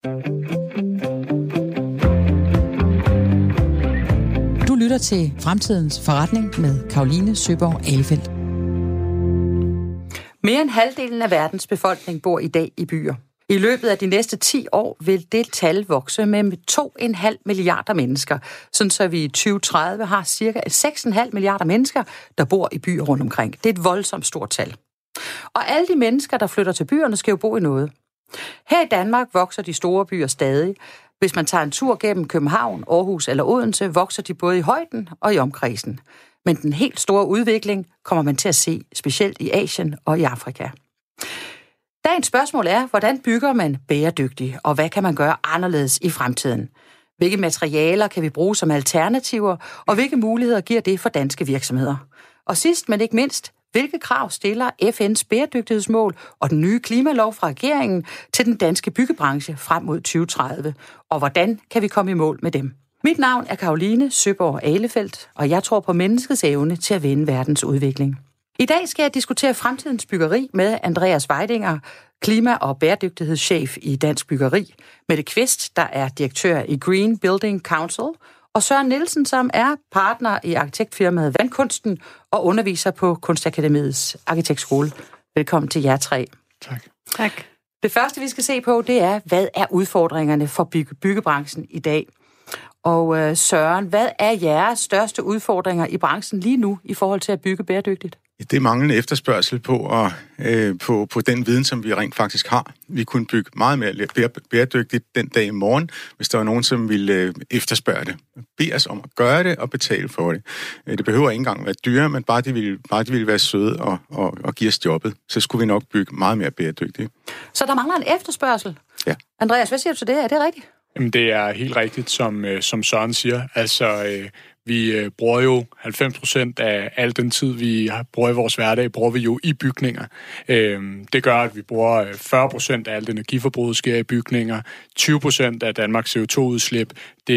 Du lytter til Fremtidens Forretning med Caroline Søborg Ahlefeldt. Mere end halvdelen af verdens befolkning bor i dag i byer. I løbet af de næste 10 år vil det tal vokse med 2,5 milliarder mennesker, sådan så vi i 2030 har cirka 6,5 milliarder mennesker, der bor i byer rundt omkring. Det er et voldsomt stort tal. Og alle de mennesker, der flytter til byerne, skal jo bo i noget. Her i Danmark vokser de store byer stadig. Hvis man tager en tur gennem København, Aarhus eller Odense, vokser de både i højden og i omkredsen. Men den helt store udvikling kommer man til at se, specielt i Asien og i Afrika. Dagens spørgsmål er, hvordan bygger man bæredygtigt, og hvad kan man gøre anderledes i fremtiden? Hvilke materialer kan vi bruge som alternativer, og hvilke muligheder giver det for danske virksomheder? Og sidst, men ikke mindst, hvilke krav stiller FN's bæredygtighedsmål og den nye klimalov fra regeringen til den danske byggebranche frem mod 2030? Og hvordan kan vi komme i mål med dem? Mit navn er Caroline Søborg Ahlefeldt, og jeg tror på menneskets evne til at vende verdens udvikling. I dag skal jeg diskutere fremtidens byggeri med Andreas Weidinger, klima- og bæredygtighedschef i Dansk Byggeri, Mette Kvist, der er direktør i Green Building Council, og Søren Nielsen, som er partner i arkitektfirmaet Vandkunsten og underviser på Kunstakademiets Arkitektskole. Velkommen til jer tre. Tak. Det første, vi skal se på, det er, hvad er udfordringerne for byggebranchen i dag? Og Søren, hvad er jeres største udfordringer i branchen lige nu i forhold til at bygge bæredygtigt? Det er manglende efterspørgsel på den viden, som vi rent faktisk har. Vi kunne bygge meget mere bæredygtigt den dag i morgen, hvis der var nogen, som ville efterspørge det. Bede os om at gøre det og betale for det. Det behøver ikke engang være dyre, men bare de ville være søde og give os jobbet. Så skulle vi nok bygge meget mere bæredygtigt. Så der mangler en efterspørgsel? Ja. Andreas, hvad siger du til det? Er det rigtigt? Jamen, det er helt rigtigt, som Søren siger. Altså, vi bruger jo 90% af al den tid, vi bruger i vores hverdag, bruger vi jo i bygninger. Det gør, at vi bruger 40% af alt energiforbruget sker i bygninger. 20% af Danmarks CO2-udslip,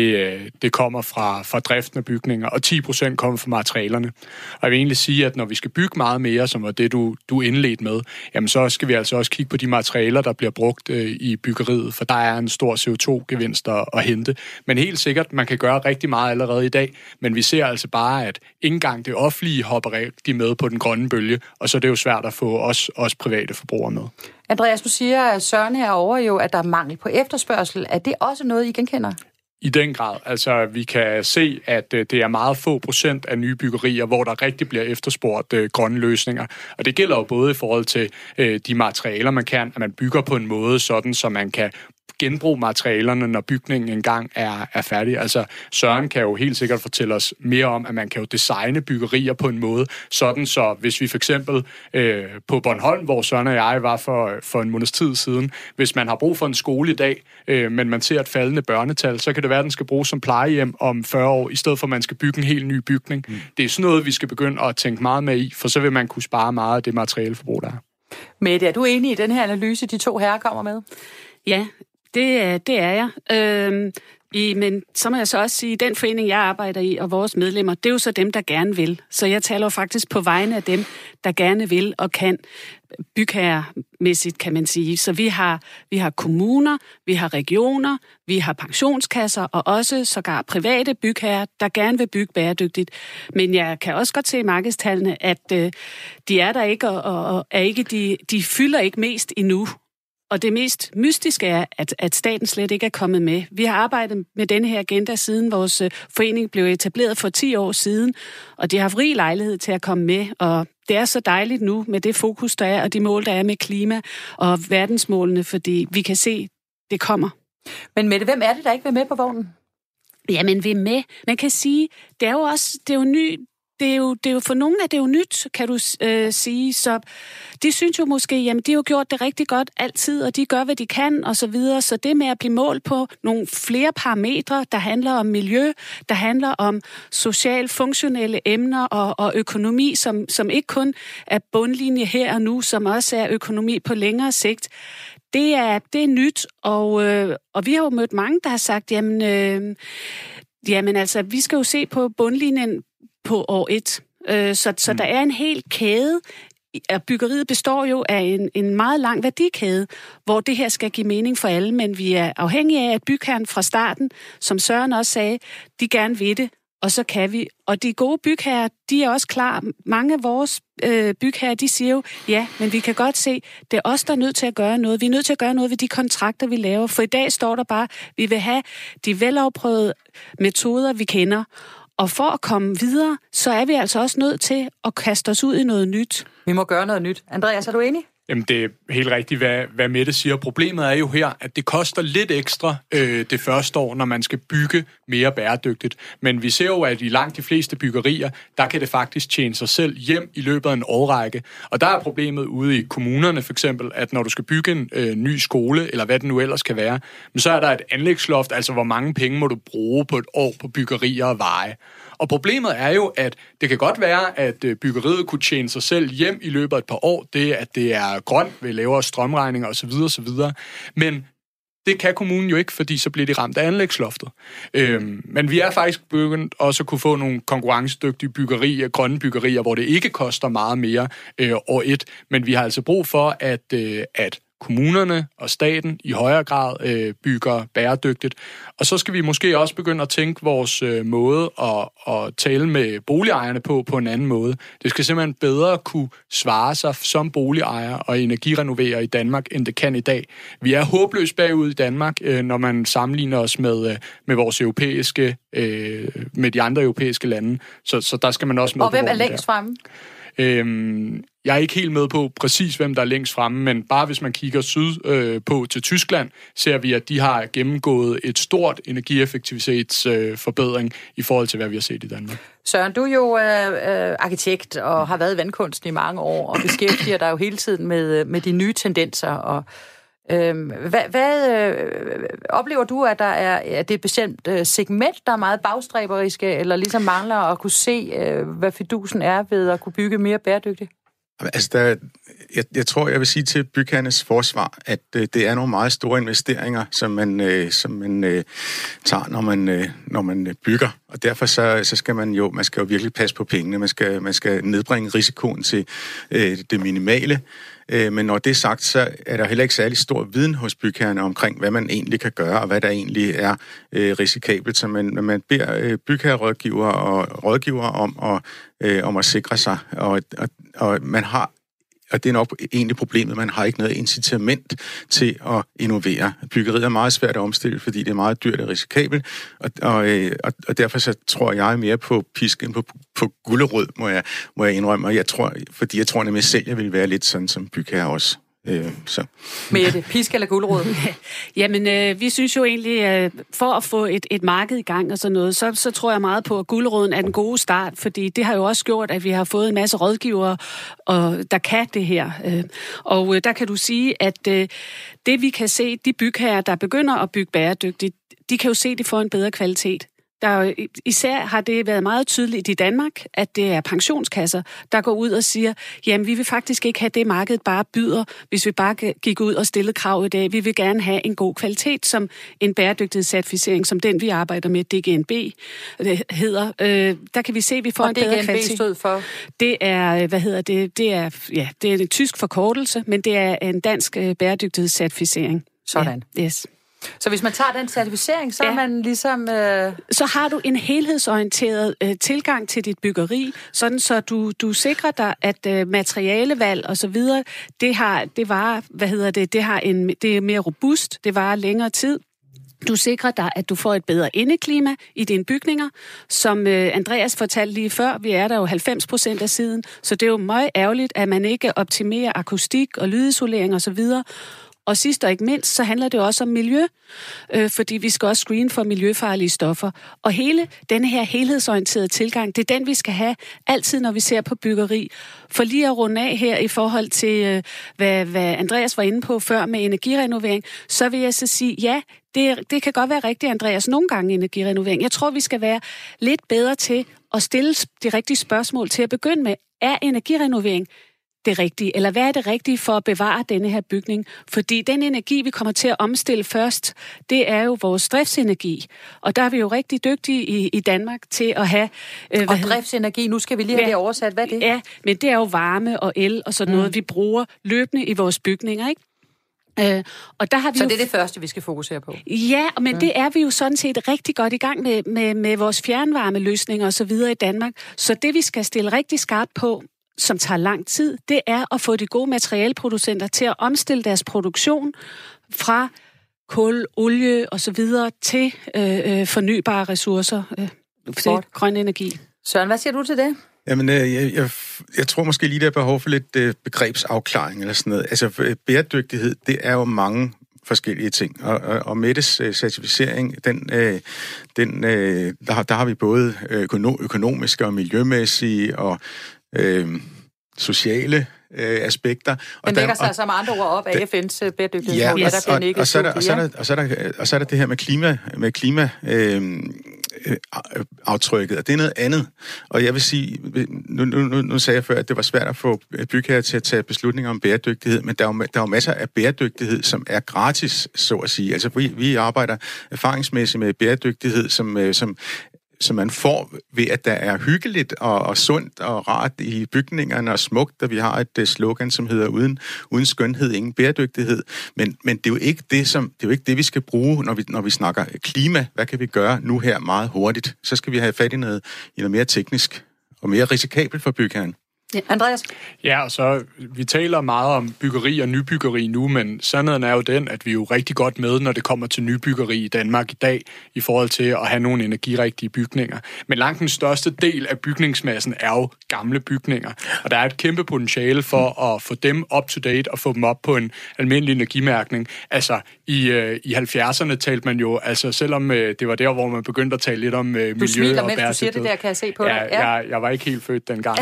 det kommer fra driften af bygninger, og 10% kommer fra materialerne. Og jeg vil egentlig sige, at når vi skal bygge meget mere, som var det, du indledte med, jamen så skal vi altså også kigge på de materialer, der bliver brugt i byggeriet, for der er en stor CO2-gevinst at hente. Men helt sikkert, man kan gøre rigtig meget allerede i dag, men vi ser altså bare, at ikke engang det offentlige hopper rigtig med på den grønne bølge, og så er det jo svært at få os private forbrugere med. Andreas, du siger Søren herovre jo, at der er mangel på efterspørgsel. Er det også noget, I genkender? I den grad. Altså, vi kan se, at det er meget få procent af nye byggerier, hvor der rigtig bliver efterspurgt grønne løsninger. Og det gælder jo både i forhold til de materialer, man kan, at man bygger på en måde sådan, så man kan genbruge materialerne, når bygningen engang er færdig. Altså, Søren kan jo helt sikkert fortælle os mere om, at man kan jo designe byggerier på en måde, sådan så hvis vi for eksempel på Bornholm, hvor Søren og jeg var for en måneds tid siden, hvis man har brug for en skole i dag, men man ser et faldende børnetal, så kan det være, at den skal bruges som plejehjem om 40 år, i stedet for at man skal bygge en helt ny bygning. Det er sådan noget, vi skal begynde at tænke meget med i, for så vil man kunne spare meget af det materialeforbrug, der er. Mette, er du enig i den her analyse, de to herrer kommer med? Ja, det er jeg. Men så må jeg så også sige, at den forening, jeg arbejder i, og vores medlemmer, det er jo så dem, der gerne vil. Så jeg taler faktisk på vegne af dem, der gerne vil og kan, bygherremæssigt, kan man sige. Så vi har kommuner, vi har regioner, vi har pensionskasser, og også sågar private bygherrer, der gerne vil bygge bæredygtigt. Men jeg kan også godt se i markedstallene, at de er der ikke, og er ikke, de fylder ikke mest endnu. Og det mest mystiske er, at staten slet ikke er kommet med. Vi har arbejdet med denne her agenda, siden vores forening blev etableret for 10 år siden, og de har haft rig lejlighed til at komme med, og det er så dejligt nu med det fokus, der er, og de mål, der er med klima og verdensmålene, fordi vi kan se, det kommer. Men Mette, hvem er det, der ikke vil med på vognen? Jamen, vi er med. Man kan sige, det er jo ny. Det er jo for nogle af det er jo nyt, kan du sige. Så de synes jo måske, jamen de har jo gjort det rigtig godt altid, og de gør, hvad de kan, og så videre. Så det med at blive målt på nogle flere parametre, der handler om miljø, der handler om social-funktionelle emner og økonomi, som ikke kun er bundlinje her og nu, som også er økonomi på længere sigt. Det er nyt, og vi har jo mødt mange, der har sagt, jamen altså, vi skal jo se på bundlinjen på år 1. Så der er en hel kæde byggeriet består jo af en meget lang værdikæde, hvor det her skal give mening for alle, men vi er afhængige af, at bygherren fra starten, som Søren også sagde, de gerne vil det, og så kan vi. Og de gode bygherrer, de er også klar. Mange af vores bygherrer, de siger jo, ja, men vi kan godt se, det er os, der er nødt til at gøre noget. Vi er nødt til at gøre noget ved de kontrakter, vi laver. For i dag står der bare, vi vil have de velafprøvede metoder, vi kender. Og for at komme videre, så er vi altså også nødt til at kaste os ud i noget nyt. Vi må gøre noget nyt. Andreas, er du enig? Jamen, det er helt rigtigt, hvad Mette siger. Problemet er jo her, at det koster lidt ekstra det første år, når man skal bygge mere bæredygtigt. Men vi ser jo, at i langt de fleste byggerier, der kan det faktisk tjene sig selv hjem i løbet af en årrække. Og der er problemet ude i kommunerne for eksempel, at når du skal bygge en ny skole, eller hvad det nu ellers kan være, men så er der et anlægsloft, altså hvor mange penge må du bruge på et år på byggerier og veje. Og problemet er jo, at det kan godt være, at byggeriet kunne tjene sig selv hjem i løbet af et par år. Det, at det er grønt ved lavere strømregninger osv. Men det kan kommunen jo ikke, fordi så bliver de ramt af anlægsloftet. Men vi er faktisk begyndt også at kunne få nogle konkurrencedygtige byggerier, grønne byggerier, hvor det ikke koster meget mere år et. Men vi har altså brug for, at kommunerne og staten i højere grad bygger bæredygtigt. Og så skal vi måske også begynde at tænke vores måde at tale med boligejerne på en anden måde. Det skal simpelthen bedre kunne svare sig som boligejer og energirenovere i Danmark, end det kan i dag. Vi er håbløst bagud i Danmark, når man sammenligner os med vores europæiske, med de andre europæiske lande. Så der skal man også med. Og hvem er længst fremme? Jeg er ikke helt med på præcis, hvem der er længst fremme, men bare hvis man kigger syd på til Tyskland, ser vi, at de har gennemgået et stort energieffektivitetsforbedring i forhold til, hvad vi har set i Danmark. Søren, du er jo arkitekt og har været i vandkunsten i mange år og beskæftiger dig jo hele tiden med de nye tendenser. Og hvad oplever du, at der er det et bestemt segment, der er meget bagstræberiske, eller ligesom mangler at kunne se, hvad fidusen er ved at kunne bygge mere bæredygtigt? Altså, jeg tror, jeg vil sige til bygherrenes forsvar, at det er nogle meget store investeringer, som man tager, når man bygger. Og derfor så skal man jo virkelig passe på pengene. Man skal nedbringe risikoen til det minimale. Men når det er sagt, så er der heller ikke særlig stor viden hos bygherrerne omkring, hvad man egentlig kan gøre, og hvad der egentlig er risikabelt. Så man beder bygherrerådgivere og rådgivere om at sikre sig, og man har, og det er nok egentlig problemet, man har ikke noget incitament til at innovere. Byggeriet er meget svært at omstille, fordi det er meget dyrt og risikabelt, og derfor så tror jeg mere på pisk end på gulerod, må jeg indrømme, og jeg tror nemlig selv, jeg vil være lidt sådan som bygherre også. Mette, pisk eller gulerod? Jamen, vi synes jo egentlig, for at få et marked i gang og sådan noget, så tror jeg meget på, at guleroden er den gode start, fordi det har jo også gjort, at vi har fået en masse rådgivere, der kan det her. Og der kan du sige, at det vi kan se, de bygherrer, der begynder at bygge bæredygtigt, de kan jo se, at de får en bedre kvalitet. Især har det været meget tydeligt i Danmark, at det er pensionskasser, der går ud og siger, jamen vi vil faktisk ikke have det, markedet bare byder, hvis vi bare gik ud og stillede krav i dag. Vi vil gerne have en god kvalitet, som en bæredygtighedscertificering, som den vi arbejder med, DGNB hedder. Der kan vi se, at vi får en bedre kvalitet. Og DGNB stod for? Det er, det er en tysk forkortelse, men det er en dansk bæredygtighedscertificering. Sådan. Ja, yes. Så hvis man tager den certificering, så er man ligesom... Så har du en helhedsorienteret tilgang til dit byggeri, sådan så du sikrer dig, at materialevalg og så videre, det er mere robust, det varer længere tid. Du sikrer dig, at du får et bedre indeklima i dine bygninger. Som Andreas fortalte lige før, vi er der jo 90% af siden, så det er jo meget ærgerligt, at man ikke optimerer akustik og lydisolering og så videre. Og sidst og ikke mindst, så handler det også om miljø, fordi vi skal også screene for miljøfarlige stoffer. Og hele denne her helhedsorienterede tilgang, det er den, vi skal have altid, når vi ser på byggeri. For lige at runde af her i forhold til, hvad Andreas var inde på før med energirenovering, så vil jeg så sige, ja, det kan godt være rigtigt, Andreas, nogle gange energirenovering. Jeg tror, vi skal være lidt bedre til at stille de rigtige spørgsmål til at begynde med. Er energirenovering det rigtige? Eller hvad er det rigtige for at bevare denne her bygning? Fordi den energi, vi kommer til at omstille først, det er jo vores driftsenergi. Og der er vi jo rigtig dygtige i Danmark til at have... og driftsenergi, nu skal vi lige have det oversat. Hvad er det? Ja, men det er jo varme og el og sådan noget, vi bruger løbende i vores bygninger, ikke? Og der har vi så det er det første, vi skal fokusere på? Ja, men det er vi jo sådan set rigtig godt i gang med vores fjernvarmeløsninger og så videre i Danmark. Så det, vi skal stille rigtig skarpt på, som tager lang tid, det er at få de gode materialeproducenter til at omstille deres produktion fra kul, olie og så videre til fornybare ressourcer, til grøn energi. Søren, hvad siger du til det? Jamen, jeg tror måske lige, der er behov for lidt begrebsafklaring eller sådan noget. Altså, bæredygtighed, det er jo mange forskellige ting. Og Mettes certificering, der har vi både økonomiske og miljømæssige og sociale aspekter. Den lægger sig som andre ord op af FN's bæredygtighed. Ja, og så er der det her med klimaaftrykket, og det er noget andet. Og jeg vil sige, nu sagde jeg før, at det var svært at få bygherrer til at tage beslutninger om bæredygtighed, men der er jo masser af bæredygtighed, som er gratis, så at sige. Altså, vi arbejder erfaringsmæssigt med bæredygtighed, som man får ved, at der er hyggeligt og sundt og rart i bygningerne og smukt, og vi har et slogan, som hedder uden skønhed, ingen bæredygtighed. Men det er jo ikke det, vi skal bruge, når vi snakker klima. Hvad kan vi gøre nu her meget hurtigt? Så skal vi have fat i noget mere teknisk og mere risikabelt for bygherren. Ja, Andreas? Ja, og så vi taler meget om byggeri og nybyggeri nu, men sandheden er jo den, at vi er jo rigtig godt med, når det kommer til nybyggeri i Danmark i dag, i forhold til at have nogle energirigtige bygninger. Men langt den største del af bygningsmassen er jo gamle bygninger, og der er et kæmpe potentiale for at få dem up to date og få dem op på en almindelig energimærkning. Altså, i 70'erne talte man jo, altså selvom det var der, hvor man begyndte at tale lidt om miljø og bæredygtighed. Du smiler, mens du siger det der, kan jeg se på dig. Ja, jeg var ikke helt født dengang,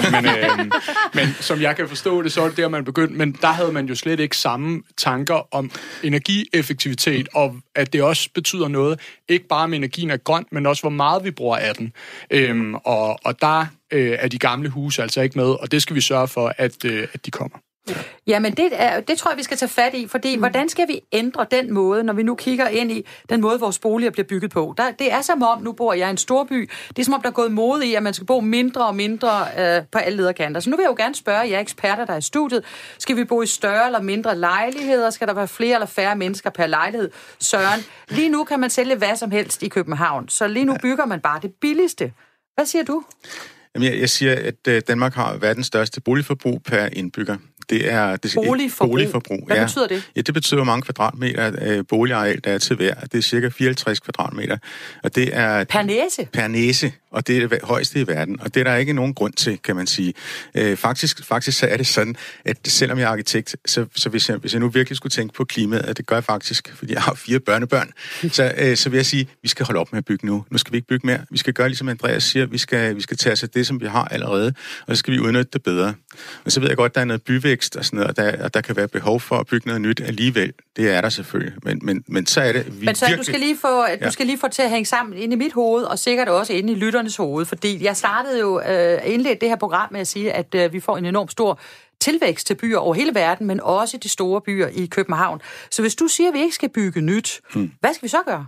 men som jeg kan forstå det, så er det der, man begyndte. Men der havde man jo slet ikke samme tanker om energieffektivitet, og at det også betyder noget, ikke bare om energien er grøn, men også hvor meget vi bruger af den. Og der er de gamle huse altså ikke med, og det skal vi sørge for, at de kommer. Ja, men det tror jeg, vi skal tage fat i, fordi hvordan skal vi ændre den måde, når vi nu kigger ind i den måde, vores boliger bliver bygget på? Det er som om, nu bor jeg i en storby, det er som om, der er gået mode i, at man skal bo mindre og mindre på alle lederkanter. Så nu vil jeg jo gerne spørge jer eksperter, der er i studiet, skal vi bo i større eller mindre lejligheder? Skal der være flere eller færre mennesker per lejlighed? Søren, lige nu kan man sælge hvad som helst i København, så lige nu bygger man bare det billigste. Hvad siger du? Jamen, jeg siger, at Danmark har verdens største boligforbrug per indbygger. Det er boligforbrug. Hvad betyder det? Ja, det betyder, hvor mange kvadratmeter boligareal der er til hver. Det er cirka 54 kvadratmeter. Og det er per næse? Per næse, og det er det højeste i verden. Og det er der ikke nogen grund til, kan man sige. Faktisk så er det sådan, at selvom jeg er arkitekt, så hvis jeg nu virkelig skulle tænke på klimaet, og det gør jeg faktisk, fordi jeg har 4 børnebørn, så vil jeg sige, vi skal holde op med at bygge nu. Nu skal vi ikke bygge mere. Vi skal gøre, ligesom Andreas siger, vi skal tage os af det, som vi har allerede, og så skal vi udnytte det bedre. Og så ved jeg godt, der er noget byvækst og sådan noget, og der kan være behov for at bygge noget nyt alligevel. Det er der selvfølgelig. Men så er det... Men så du skal lige få til at hænge sammen inde i mit hoved, og sikkert også inde i lytternes hoved, fordi jeg startede jo indledt det her program med at sige, at vi får en enorm stor tilvækst til byer over hele verden, men også de store byer i København. Så hvis du siger, at vi ikke skal bygge nyt, hvad skal vi så gøre?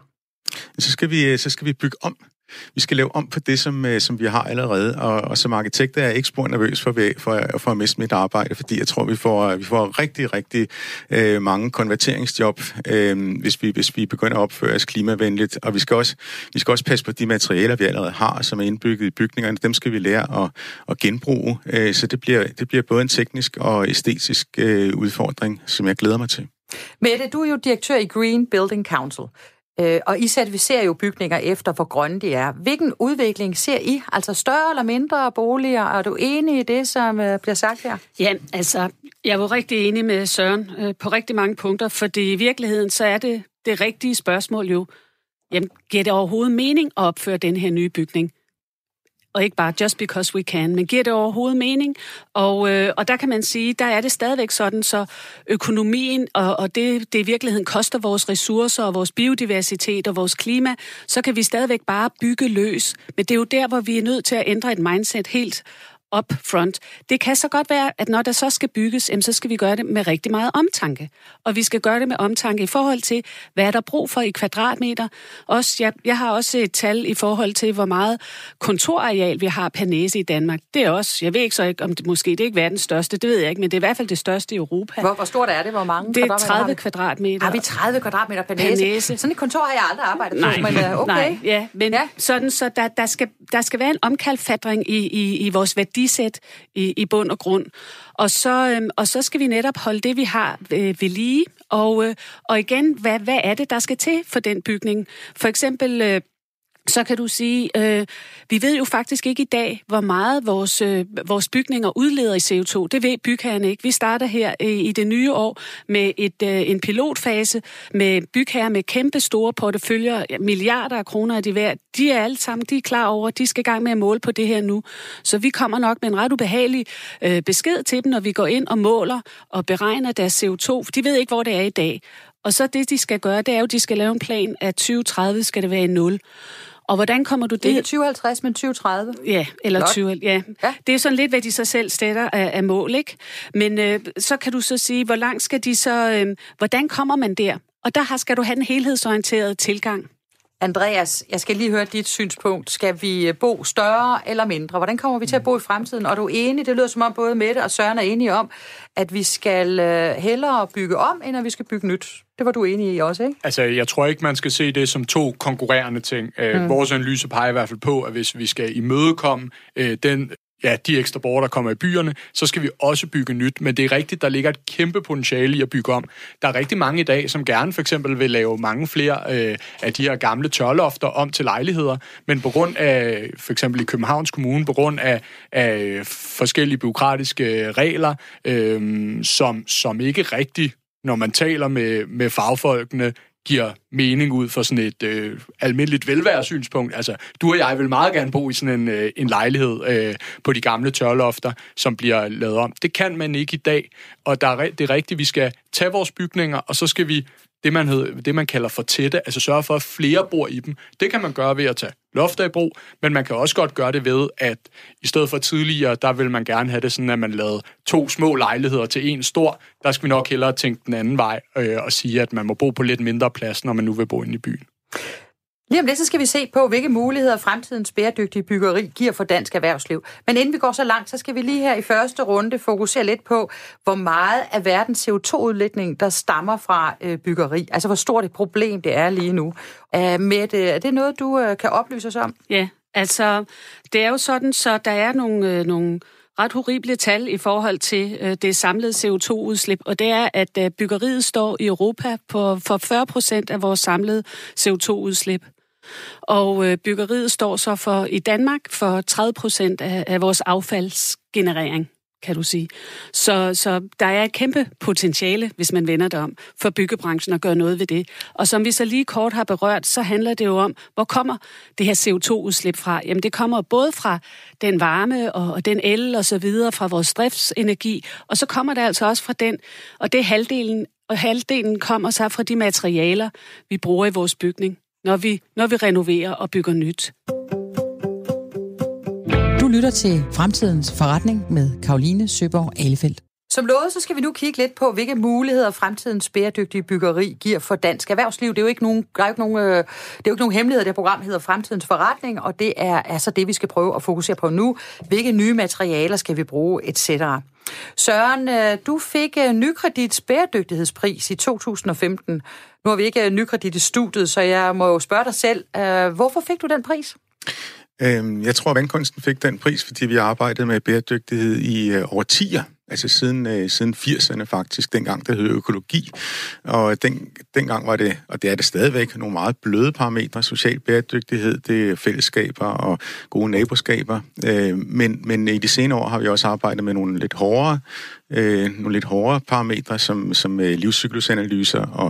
Så skal vi bygge om. Vi skal lave om på det, som vi har allerede, og som arkitekt er jeg ikke spor nervøs for at miste mit arbejde, fordi jeg tror, vi får rigtig, rigtig mange konverteringsjob, hvis vi begynder at opføre os klimavenligt, og vi skal også passe på de materialer, vi allerede har, som er indbygget i bygningerne. Dem skal vi lære at genbruge, så det bliver både en teknisk og æstetisk udfordring, som jeg glæder mig til. Mette, du er jo direktør i Green Building Council. Og I certificerer jo bygninger efter, hvor grønne de er. Hvilken udvikling ser I? Altså større eller mindre boliger? Er du enig i det, som bliver sagt her? Ja, altså, jeg var rigtig enig med Søren på rigtig mange punkter, fordi i virkeligheden så er det rigtige spørgsmål jo, jamen, giver det overhovedet mening at opføre den her nye bygning? Og ikke bare just because we can, men giver det overhovedet mening? Og der kan man sige, der er det stadigvæk sådan, så økonomien og det i virkeligheden koster vores ressourcer og vores biodiversitet og vores klima, så kan vi stadigvæk bare bygge løs. Men det er jo der, hvor vi er nødt til at ændre et mindset helt up front. Det kan så godt være, at når der så skal bygges, så skal vi gøre det med rigtig meget omtanke. Og vi skal gøre det med omtanke i forhold til, hvad er der brug for i kvadratmeter. Jeg har også et tal i forhold til, hvor meget kontorareal vi har per næse i Danmark. Det er også, jeg ved ikke så ikke, om det måske det er ikke verdens største, det ved jeg ikke, men det er i hvert fald det største i Europa. Hvor stort er det? Hvor mange det er 30 kvadratmeter. Har vi 30 kvadratmeter per næse? Sådan et kontor har jeg aldrig arbejdet på, men okay. Nej, ja, men sådan, så der skal være en omkalfatring i vores værdisæt i bund og grund. Og så skal vi netop holde det, vi har ved lige. Og igen, hvad er det, der skal til for den bygning? For eksempel så kan du sige, vi ved jo faktisk ikke i dag, hvor meget vores bygninger udleder i CO2. Det ved bygherrerne ikke. Vi starter her i det nye år med en pilotfase med bygherrer med kæmpe store porteføljer, milliarder af kroner af de værd. De er alle sammen, de er klar over, de skal i gang med at måle på det her nu. Så vi kommer nok med en ret ubehagelig besked til dem, når vi går ind og måler og beregner deres CO2. De ved ikke, hvor det er i dag. Og så det, de skal gøre, det er jo, de skal lave en plan, at 2030 skal det være i 0. Og hvordan kommer du det? Ikke 2050, men 2030? Ja, eller 20. Ja. Det er sådan lidt, hvad de så selv sætter af mål, ikke? Men så kan du så sige, hvor langt skal de så... hvordan kommer man der? Og der skal du have en helhedsorienteret tilgang. Andreas, jeg skal lige høre dit synspunkt. Skal vi bo større eller mindre? Hvordan kommer vi til at bo i fremtiden? Og er du enig? Det lyder som om både Mette og Søren er enige om, at vi skal hellere bygge om, end at vi skal bygge nyt. Det var du enig i også, ikke? Altså, jeg tror ikke, man skal se det som to konkurrerende ting. Vores analyse peger i hvert fald på, at hvis vi skal imødekomme de ekstra borgere, der kommer i byerne, så skal vi også bygge nyt. Men det er rigtigt, der ligger et kæmpe potentiale i at bygge om. Der er rigtig mange i dag, som gerne for eksempel vil lave mange flere af de her gamle tørlofter om til lejligheder, men på grund af, for eksempel i Københavns Kommune, på grund af forskellige bureaukratiske regler, som ikke rigtig, når man taler med fagfolkene, giver mening ud for sådan et almindeligt velværdssynspunkt. Altså, du og jeg vil meget gerne bo i sådan en lejlighed på de gamle tørlofter, som bliver lavet om. Det kan man ikke i dag, og det er rigtigt, vi skal tage vores bygninger, og så skal vi det, man kalder for tætte, altså sørge for, at flere bor i dem. Det kan man gøre ved at tage lofter i brug, men man kan også godt gøre det ved, at i stedet for tidligere, der vil man gerne have det sådan, at man lavede 2 små lejligheder til en stor. Der skal vi nok hellere tænke den anden vej og sige, at man må bo på lidt mindre plads, når man nu vil bo inde i byen. Lige om lidt, så skal vi se på, hvilke muligheder fremtidens bæredygtige byggeri giver for dansk erhvervsliv. Men inden vi går så langt, så skal vi lige her i første runde fokusere lidt på, hvor meget af verdens CO2-udledning, der stammer fra byggeri. Altså, hvor stort et problem det er lige nu. Mette, er det noget, du kan oplyse os om? Ja, altså, det er jo sådan, så der er nogle ret horrible tal i forhold til det samlede CO2-udslip, og det er, at byggeriet står i Europa for 40% af vores samlede CO2-udslip. Og byggeriet står så i Danmark for 30% af vores affaldsgenerering, kan du sige. Så der er et kæmpe potentiale, hvis man vender det om, for byggebranchen at gøre noget ved det. Og som vi så lige kort har berørt, så handler det jo om, hvor kommer det her CO2-udslip fra? Jamen det kommer både fra den varme og den el og så videre, fra vores driftsenergi, og så kommer det altså også fra den, og det er halvdelen, og halvdelen kommer så fra de materialer, vi bruger i vores bygning, når vi renoverer og bygger nyt. Du lytter til Fremtidens Forretning med Caroline Søborg Ahlefeldt. Som lovet, så skal vi nu kigge lidt på, hvilke muligheder fremtidens bæredygtige byggeri giver for dansk erhvervsliv. Det er jo ikke nogen hemmelighed, det her program hedder Fremtidens Forretning, og det er altså det, vi skal prøve at fokusere på nu. Hvilke nye materialer skal vi bruge, etc. Søren, du fik Nykredits bæredygtighedspris i 2015. Nu har vi ikke Nykredit i studiet, så jeg må jo spørge dig selv, hvorfor fik du den pris? Jeg tror, at Vandkunsten fik den pris, fordi vi arbejdede med bæredygtighed i årtier. Altså siden 80'erne faktisk, dengang det hed økologi. Og dengang var det, og det er det stadigvæk, nogle meget bløde parametre. Social bæredygtighed, det er fællesskaber og gode naboskaber. Men i de senere år har vi også arbejdet med nogle lidt hårdere parametre, som livscyklusanalyser og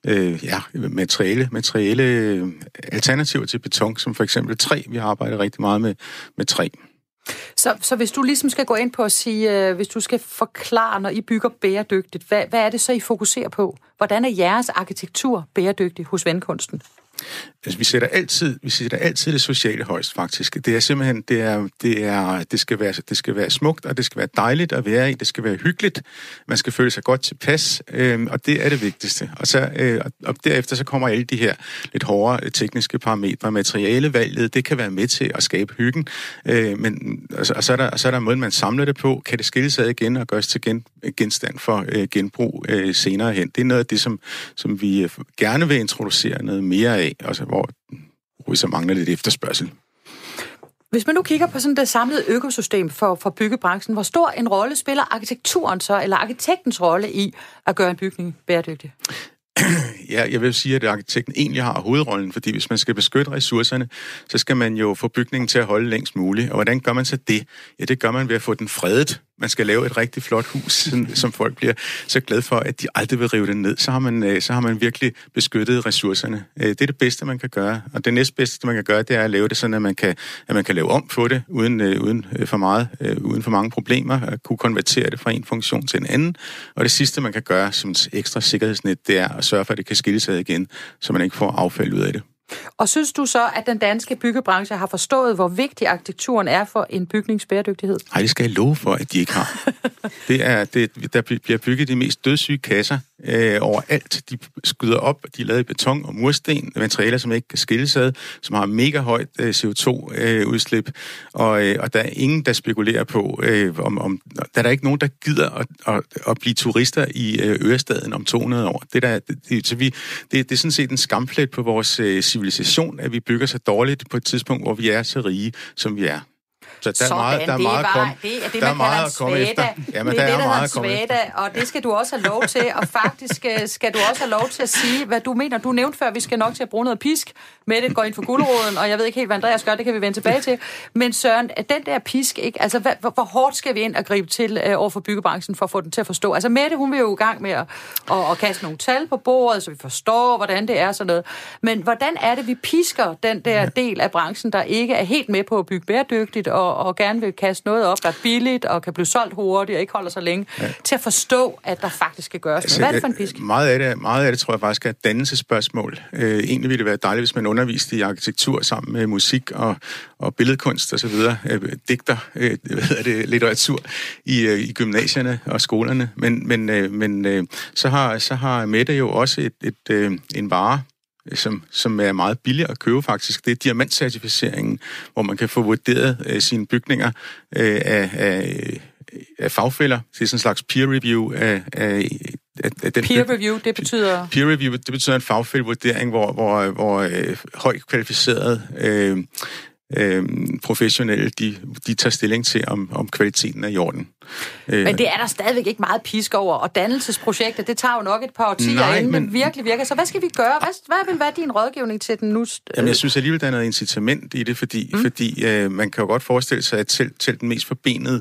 materielle alternativer til beton, som for eksempel træ. Vi har arbejdet rigtig meget med træ. Så hvis du ligesom skal gå ind på at sige, hvis du skal forklare, når I bygger bæredygtigt, hvad er det så, I fokuserer på? Hvordan er jeres arkitektur bæredygtig hos Vandkunsten? Altså, vi sætter altid det sociale højst, faktisk. Det er simpelthen, det skal være smukt, og det skal være dejligt at være i, det skal være hyggeligt, man skal føle sig godt tilpas, og det er det vigtigste. Og derefter så kommer alle de her lidt hårdere tekniske parametre. Materialevalget, det kan være med til at skabe hyggen, og så er der en måde, man samler det på. Kan det skilles ad igen og gøres til genstand for genbrug senere hen? Det er noget af det, som vi gerne vil introducere noget mere af, også hvor vi så mangler lidt efterspørgsel. Hvis man nu kigger på sådan det samlede økosystem for byggebranchen, hvor stor en rolle spiller arkitekturen så, eller arkitektens rolle i at gøre en bygning bæredygtig? Ja, jeg vil sige, at arkitekten egentlig har hovedrollen, fordi hvis man skal beskytte ressourcerne, så skal man jo få bygningen til at holde længst muligt. Og hvordan gør man så det? Ja, det gør man ved at få den fredet. Man skal lave et rigtig flot hus, som folk bliver så glade for, at de aldrig vil rive det ned. Så har man virkelig beskyttet ressourcerne. Det er det bedste, man kan gøre. Og det næstbedste, man kan gøre, det er at lave det sådan, at man kan lave om på det, uden for mange problemer, at kunne konvertere det fra en funktion til en anden. Og det sidste, man kan gøre som ekstra sikkerhedsnet, det er at sørge for, at det kan skilles ad igen, så man ikke får affald ud af det. Og synes du så, at den danske byggebranche har forstået, hvor vigtig arkitekturen er for en bygnings bæredygtighed? Nej, det skal jeg love for, at de ikke har. Der bliver bygget de mest dødssyge kasser overalt. De skyder op, de er lavet i beton og mursten, materialer, som ikke kan skilles ad, som har mega højt CO2-udslip, og der er ingen, der spekulerer på, der er der ikke nogen, der gider at blive turister i Ørestaden om 200 år. Det er sådan set en skamplet på vores civilisation, at vi bygger så dårligt på et tidspunkt, hvor vi er så rige, som vi er. Så der er meget at komme efter. Jamen, det er det, der hedder svada, og det skal du også have lov til, og faktisk skal du også have lov til at sige, hvad du mener. Du nævnte før, at vi skal nok til at bruge noget pisk. Mette går ind for guleroden, og jeg ved ikke helt, hvad Andreas gør, det kan vi vende tilbage til. Men Søren, den der pisk, ikke? Altså, hvor hårdt skal vi ind og gribe til over for byggebranchen for at få den til at forstå? Altså, Mette, hun vil jo i gang med at kaste nogle tal på bordet, så vi forstår, hvordan det er sådan noget. Men hvordan er det, vi pisker den der del af branchen, der ikke er helt med på at bygge bæredygtigt, og gerne vil kaste noget op, der er billigt og kan blive solgt hurtigt og ikke holder så længe, til at forstå, at der faktisk skal gøres noget. Hvad er det for en pisk? Meget af det tror jeg faktisk er et dannelsesspørgsmål. Egentlig ville det være dejligt, hvis man underviste i arkitektur sammen med musik og billedkunst og så videre. Digter, litteratur i gymnasierne og skolerne. Men så har Mette jo også en vare, som er meget billig at købe faktisk. Det er diamantcertificeringen, hvor man kan få vurderet sine bygninger af fagfæller. Det er sådan en slags peer review af den. Peer review, det betyder? Peer review, det betyder en fagfældevurdering, hvor højt kvalificeret professionelle, de tager stilling til, om kvaliteten er i orden. Men det er der stadigvæk ikke meget pisk over, og dannelsesprojekter, det tager jo nok et par årtier, inden det virkelig virker. Så hvad skal vi gøre? Hvad vil være din rådgivning til den nu? Jamen, jeg synes alligevel, der er noget incitament i det, fordi man kan jo godt forestille sig, at selv den mest forbenede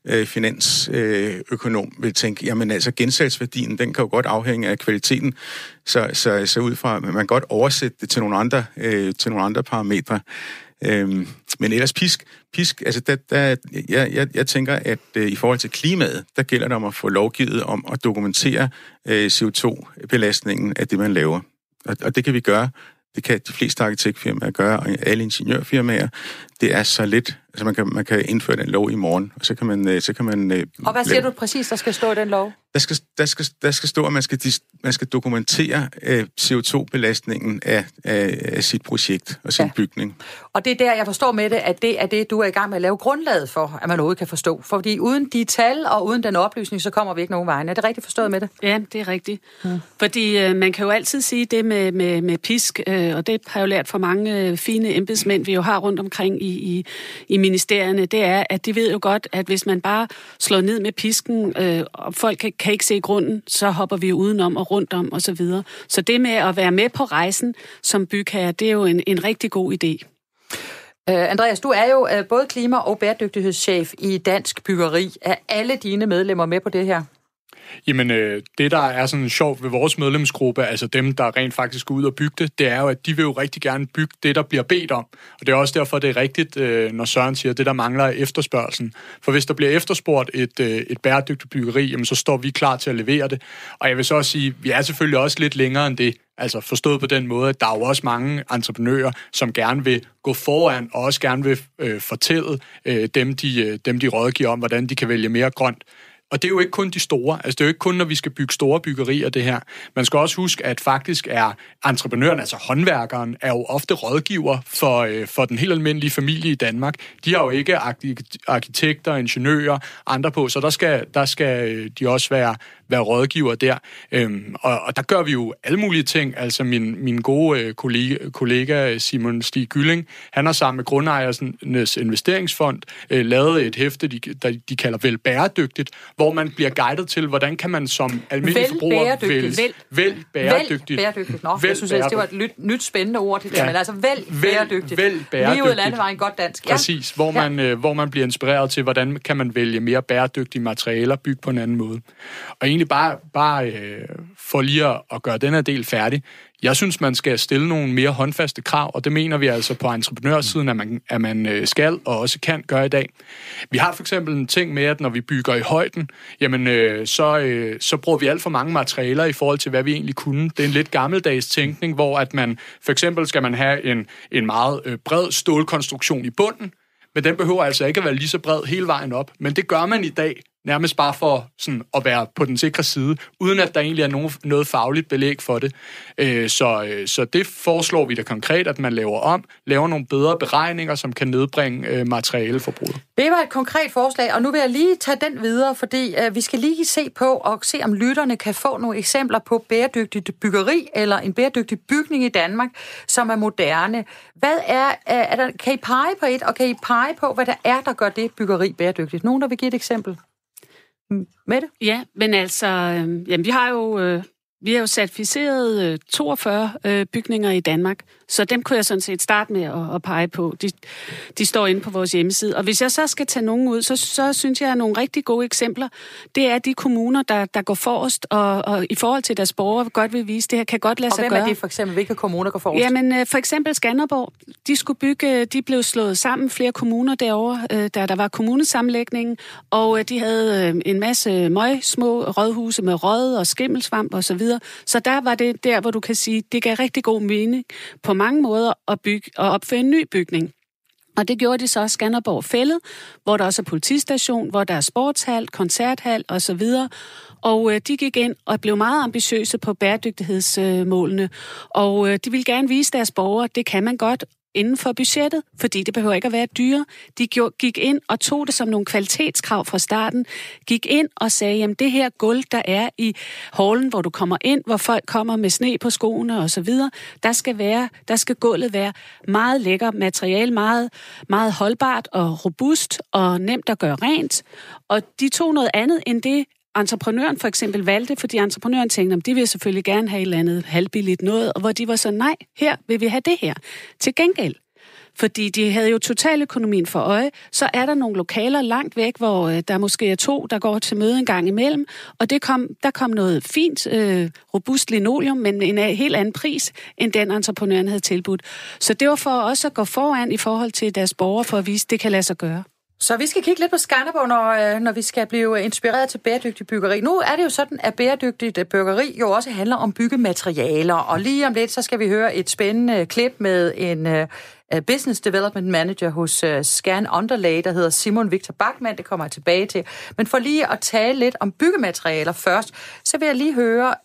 finansøkonom vil tænke, jamen altså gensalgsværdien, den kan jo godt afhænge af kvaliteten, så ud fra, man kan godt oversætte det til nogle andre parametre. Men ellers pisk, altså jeg tænker, at i forhold til klimaet, der gælder det om at få lovgivet om at dokumentere CO2-belastningen af det, man laver. Og det kan vi gøre. Det kan de fleste arkitektfirmaer gøre, og alle ingeniørfirmaer. Det er så lidt, altså man kan indføre den lov i morgen, og så kan man og hvad siger du præcis, der skal stå i den lov? Der skal stå, at man skal dokumentere CO2-belastningen af sit projekt og sin bygning. Og det er der, jeg forstår med det, at det er det, du er i gang med at lave grundlaget for, at man overhovedet kan forstå. Fordi uden de tal og uden den oplysning, så kommer vi ikke nogen vejen. Er det rigtigt forstået med det? Ja, det er rigtigt. Fordi man kan jo altid sige det med pisk, og det har jeg jo lært fra mange fine embedsmænd, vi jo har rundt omkring i ministerierne, det er, at de ved jo godt, at hvis man bare slår ned med pisken, og folk kan ikke se grunden, så hopper vi jo udenom og rundt om og så videre. Så det med at være med på rejsen som bygherre, det er jo en rigtig god idé. Andreas, du er jo både klima- og bæredygtighedschef i Dansk Byggeri. Er alle dine medlemmer med på det her? Jamen, det der er sådan sjovt ved vores medlemsgruppe, altså dem, der rent faktisk går ud og bygge det er jo, at de vil jo rigtig gerne bygge det, der bliver bedt om. Og det er også derfor, det er rigtigt, når Søren siger, at det, der mangler, er efterspørgselen. For hvis der bliver efterspurgt et bæredygtigt byggeri, jamen, så står vi klar til at levere det. Og jeg vil så også sige, vi er selvfølgelig også lidt længere end det. Altså forstået på den måde, at der er jo også mange entreprenører, som gerne vil gå foran, og også gerne vil fortælle dem, de rådgiver om, hvordan de kan vælge mere grønt. Og det er jo ikke kun de store. Altså, det er jo ikke kun, når vi skal bygge store byggerier, det her. Man skal også huske, at faktisk er entreprenøren, altså håndværkeren, er jo ofte rådgiver for den helt almindelige familie i Danmark. De har jo ikke arkitekter, ingeniører, andre på, så der skal de også være rådgiver der. Og der gør vi jo alle mulige ting. Altså min gode kollega Simon Stig Gylling, han har sammen med Grundejernes Investeringsfond lavet et hæfte, de kalder Vel Bæredygtigt, hvor man bliver guidet til, hvordan kan man som almindelig forbruger vælge bæredygtigt. Nå, jeg synes, det var et nyt spændende ord til det, men altså bæredygtigt. Vælg bæredygtigt. Lige ud af landevejen, godt dansk. Ja. Præcis, hvor man bliver inspireret til, hvordan kan man vælge mere bæredygtige materialer, bygge på en anden måde. Og egentlig bare for lige at gøre den her del færdig. Jeg synes, man skal stille nogle mere håndfaste krav, og det mener vi altså på entreprenørsiden, at man skal og også kan gøre i dag. Vi har for eksempel en ting med, at når vi bygger i højden, jamen, så bruger vi alt for mange materialer i forhold til, hvad vi egentlig kunne. Det er en lidt gammeldags tænkning, hvor at man for eksempel skal man have en meget bred stålkonstruktion i bunden, men den behøver altså ikke at være lige så bred hele vejen op. Men det gør man i dag, nærmest bare for sådan at være på den sikre side, uden at der egentlig er noget fagligt belæg for det. Så det foreslår vi da konkret, at man laver nogle bedre beregninger, som kan nedbringe materialeforbruget. Det var et konkret forslag, og nu vil jeg lige tage den videre, fordi vi skal lige se på og se, om lytterne kan få nogle eksempler på bæredygtigt byggeri eller en bæredygtig bygning i Danmark, som er moderne. Hvad kan I pege på et, og kan I pege på, hvad der gør det byggeri bæredygtigt? Nogen, der vil give et eksempel? Mette? Ja, men altså, vi har jo certificeret 42 bygninger i Danmark, så dem kunne jeg sådan set starte med at pege på. De står inde på vores hjemmeside. Og hvis jeg så skal tage nogen ud, så synes jeg, at nogle rigtig gode eksempler, det er de kommuner, der går forrest, og i forhold til deres borgere godt vil vise, det her kan godt lade sig gøre. Og hvem er det for eksempel? Hvilke kommuner går forrest? Jamen, for eksempel Skanderborg. De blev slået sammen, flere kommuner derovre, da der var kommunesammenlægning, og de havde en masse små rådhuse med råd og skimmelsvamp og så videre. Så der var det der, hvor du kan sige, det gav rigtig god mening på mange måder at bygge og opføre en ny bygning. Og det gjorde de så Skanderborg Fælled, hvor der også er politistation, hvor der er sportshal, koncerthal og så videre. Og de gik ind og blev meget ambitiøse på bæredygtighedsmålene. Og de ville gerne vise deres borgere, det kan man godt inden for budgettet, fordi det behøver ikke at være dyre. De gik ind og tog det som nogle kvalitetskrav fra starten. Gik ind og sagde, jamen det her gulv, der er i hallen, hvor du kommer ind, hvor folk kommer med sne på skoene og så videre, der skal gulvet være meget lækker materiale, meget, meget holdbart og robust og nemt at gøre rent. Og de tog noget andet end det, entreprenøren for eksempel valgte, fordi entreprenøren tænkte, de vil selvfølgelig gerne have et eller andet halvbilligt noget, og hvor de var så, nej, her vil vi have det her. Til gengæld, fordi de havde jo totaløkonomien for øje, så er der nogle lokaler langt væk, hvor der måske er 2, der går til møde en gang imellem, og der kom noget fint, robust linoleum, men en helt anden pris, end den entreprenøren havde tilbudt. Så det var for også at gå foran i forhold til deres borgere, for at vise, at det kan lade sig gøre. Så vi skal kigge lidt på Skanderborg, når vi skal blive inspireret til bæredygtig byggeri. Nu er det jo sådan, at bæredygtigt byggeri jo også handler om byggematerialer, og lige om lidt, så skal vi høre et spændende klip med en Business Development Manager hos Scan Underlay, der hedder Simon Victor Bachmann. Det kommer jeg tilbage til. Men for lige at tale lidt om byggematerialer først, så vil jeg lige høre...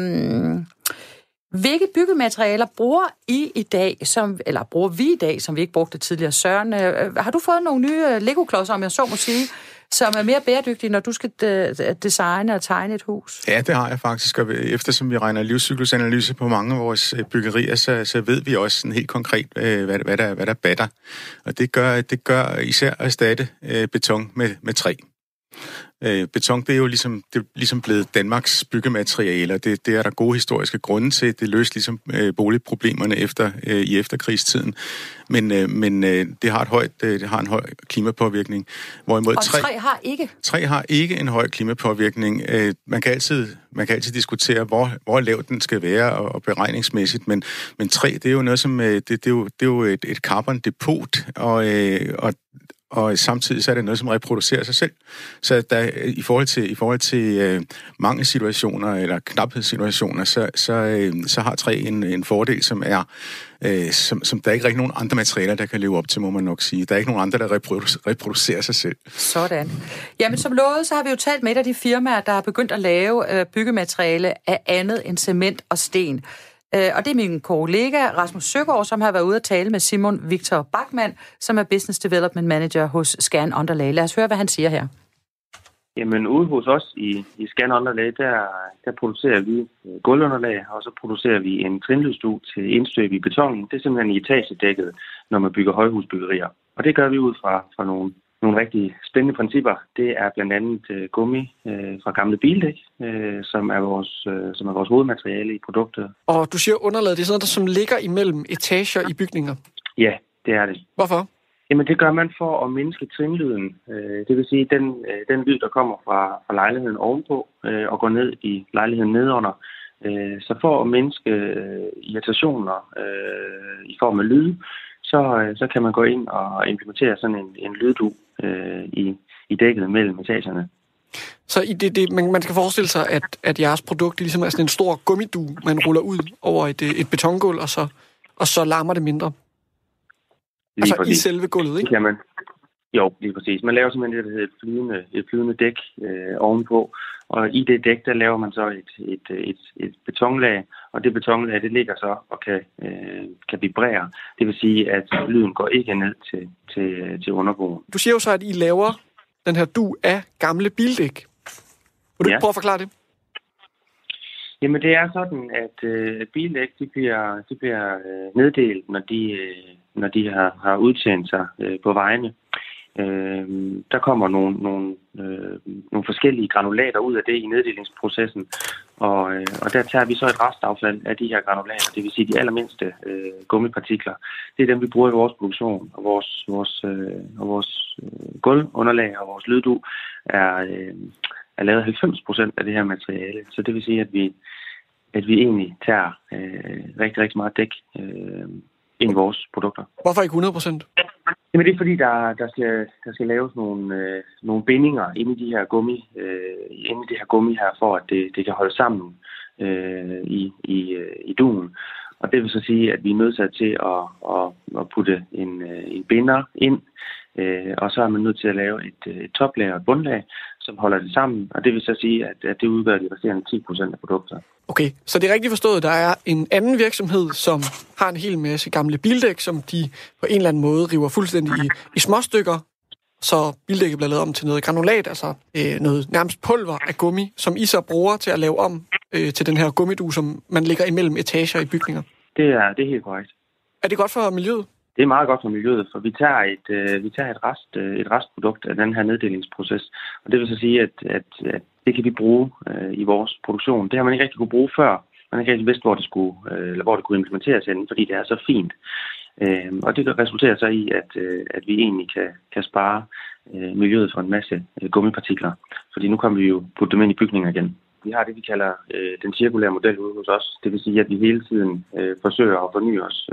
Hvilke byggematerialer bruger vi i dag, som vi ikke brugte tidligere? Søren, har du fået nogle nye Lego-klodser, om jeg så må sige, som er mere bæredygtige, når du skal designe og tegne et hus? Ja, det har jeg faktisk, og eftersom vi regner livscyklusanalyse på mange af vores byggerier, så ved vi også sådan helt konkret, hvad der batter. Og det gør især at erstatte beton med træ. Beton, det er jo ligesom blevet Danmarks byggematerialer. Det er der gode historiske grunde til. Det løste ligesom boligproblemerne i efterkrigstiden. Men det har en høj klimapåvirkning. Hvorimod træ har ikke en høj klimapåvirkning. Man kan altid diskutere, hvor lav den skal være og beregningsmæssigt, men træ, det er jo noget som det er jo et carbon depot, og og samtidig så er det noget, som reproducerer sig selv. Så der, i forhold til mangelsituationer eller knaphedssituationer, så har træ en fordel, som er som der er ikke rigtig nogen andre materialer, der kan leve op til, må man nok sige. Der er ikke nogen andre, der reproducerer sig selv. Sådan. Jamen, som lovet, så har vi jo talt med et af de firmaer, der har begyndt at lave byggemateriale af andet end cement og sten. Og det er min kollega Rasmus Søgaard, som har været ude at tale med Simon Victor Bachmann, som er Business Development Manager hos Scan Underlay. Lad os høre, hvad han siger her. Jamen ude hos os i Scan Underlay, der producerer vi gulvunderlag, og så producerer vi en trinlysstue til indstøb i betongen. Det er simpelthen i etagedækket, når man bygger højhusbyggerier. Og det gør vi ud fra nogle rigtig spændende principper. Det er blandt andet gummi fra gamle bildæk, som er vores hovedmateriale i produktet. Og du siger underlaget, det er sådan noget, som ligger imellem etager i bygninger? Ja, det er det. Hvorfor? Jamen det gør man for at mindske trinlyden. Det vil sige, den lyd, der kommer fra lejligheden ovenpå og går ned i lejligheden nedunder. Så for at mindske irritationer i form af lyd, så kan man gå ind og implementere sådan en lyddug i dækket mellem etagerne. Så man skal forestille sig, at jeres produkt ligesom er sådan en stor gummidug, man ruller ud over et betongulv, og så larmer det mindre? Lige altså præcis. I selve gulvet, ikke? Jamen, jo, lige præcis. Man laver simpelthen det, der hedder et flydende dæk ovenpå, og i det dæk, der laver man så et betonlag, og det betonlag, det ligger så og kan vibrere. Det vil sige, at lyden går ikke ned til underboen. Du siger jo så, at I laver den her dug af gamle bildæk. Vil du ikke prøve at forklare det? Jamen, det er sådan, at bildæk, de bliver neddelt, når de har udtjent sig på vejene. Der kommer nogle forskellige granulater ud af det i neddelingsprocessen, og der tager vi så et restaffald af de her granulater, det vil sige de allermindste gummipartikler. Det er dem, vi bruger i vores produktion, og vores gulvunderlag og vores lyddug er lavet 90% af det her materiale. Så det vil sige, at vi egentlig tager rigtig, rigtig meget dæk ind i vores produkter. Hvorfor ikke 100%? Jamen det er fordi, der skal laves nogle bindinger inde i de her gummi her, for at det kan holde sammen i dugen. Og det vil så sige, at vi er nødt til at putte en binder ind, og så er man nødt til at lave et toplag og et bundlag, som holder det sammen. Og det vil så sige, at det udgør de resterende 10% af produkter. Okay, så det er rigtigt forstået, der er en anden virksomhed, som har en hel masse gamle bildæk, som de på en eller anden måde river fuldstændig i småstykker, så bildækket bliver lavet om til noget granulat, altså noget nærmest pulver af gummi, som I så bruger til at lave om til den her gummidug, som man lægger imellem etager i bygninger. Det er helt korrekt. Er det godt for miljøet? Det er meget godt for miljøet, for vi tager et restprodukt af den her neddelingsproces, og det vil så sige, at det kan vi bruge i vores produktion. Det har man ikke rigtig kunne bruge før. Man har ikke rigtig vidst, hvor det kunne implementeres hen, fordi det er så fint. Og det resulterer så i, at vi egentlig kan spare miljøet for en masse gummipartikler, fordi nu kan vi jo putte dem ind i bygninger igen. Vi har det, vi kalder den cirkulære model ude hos os. Det vil sige, at vi hele tiden forsøger at forny os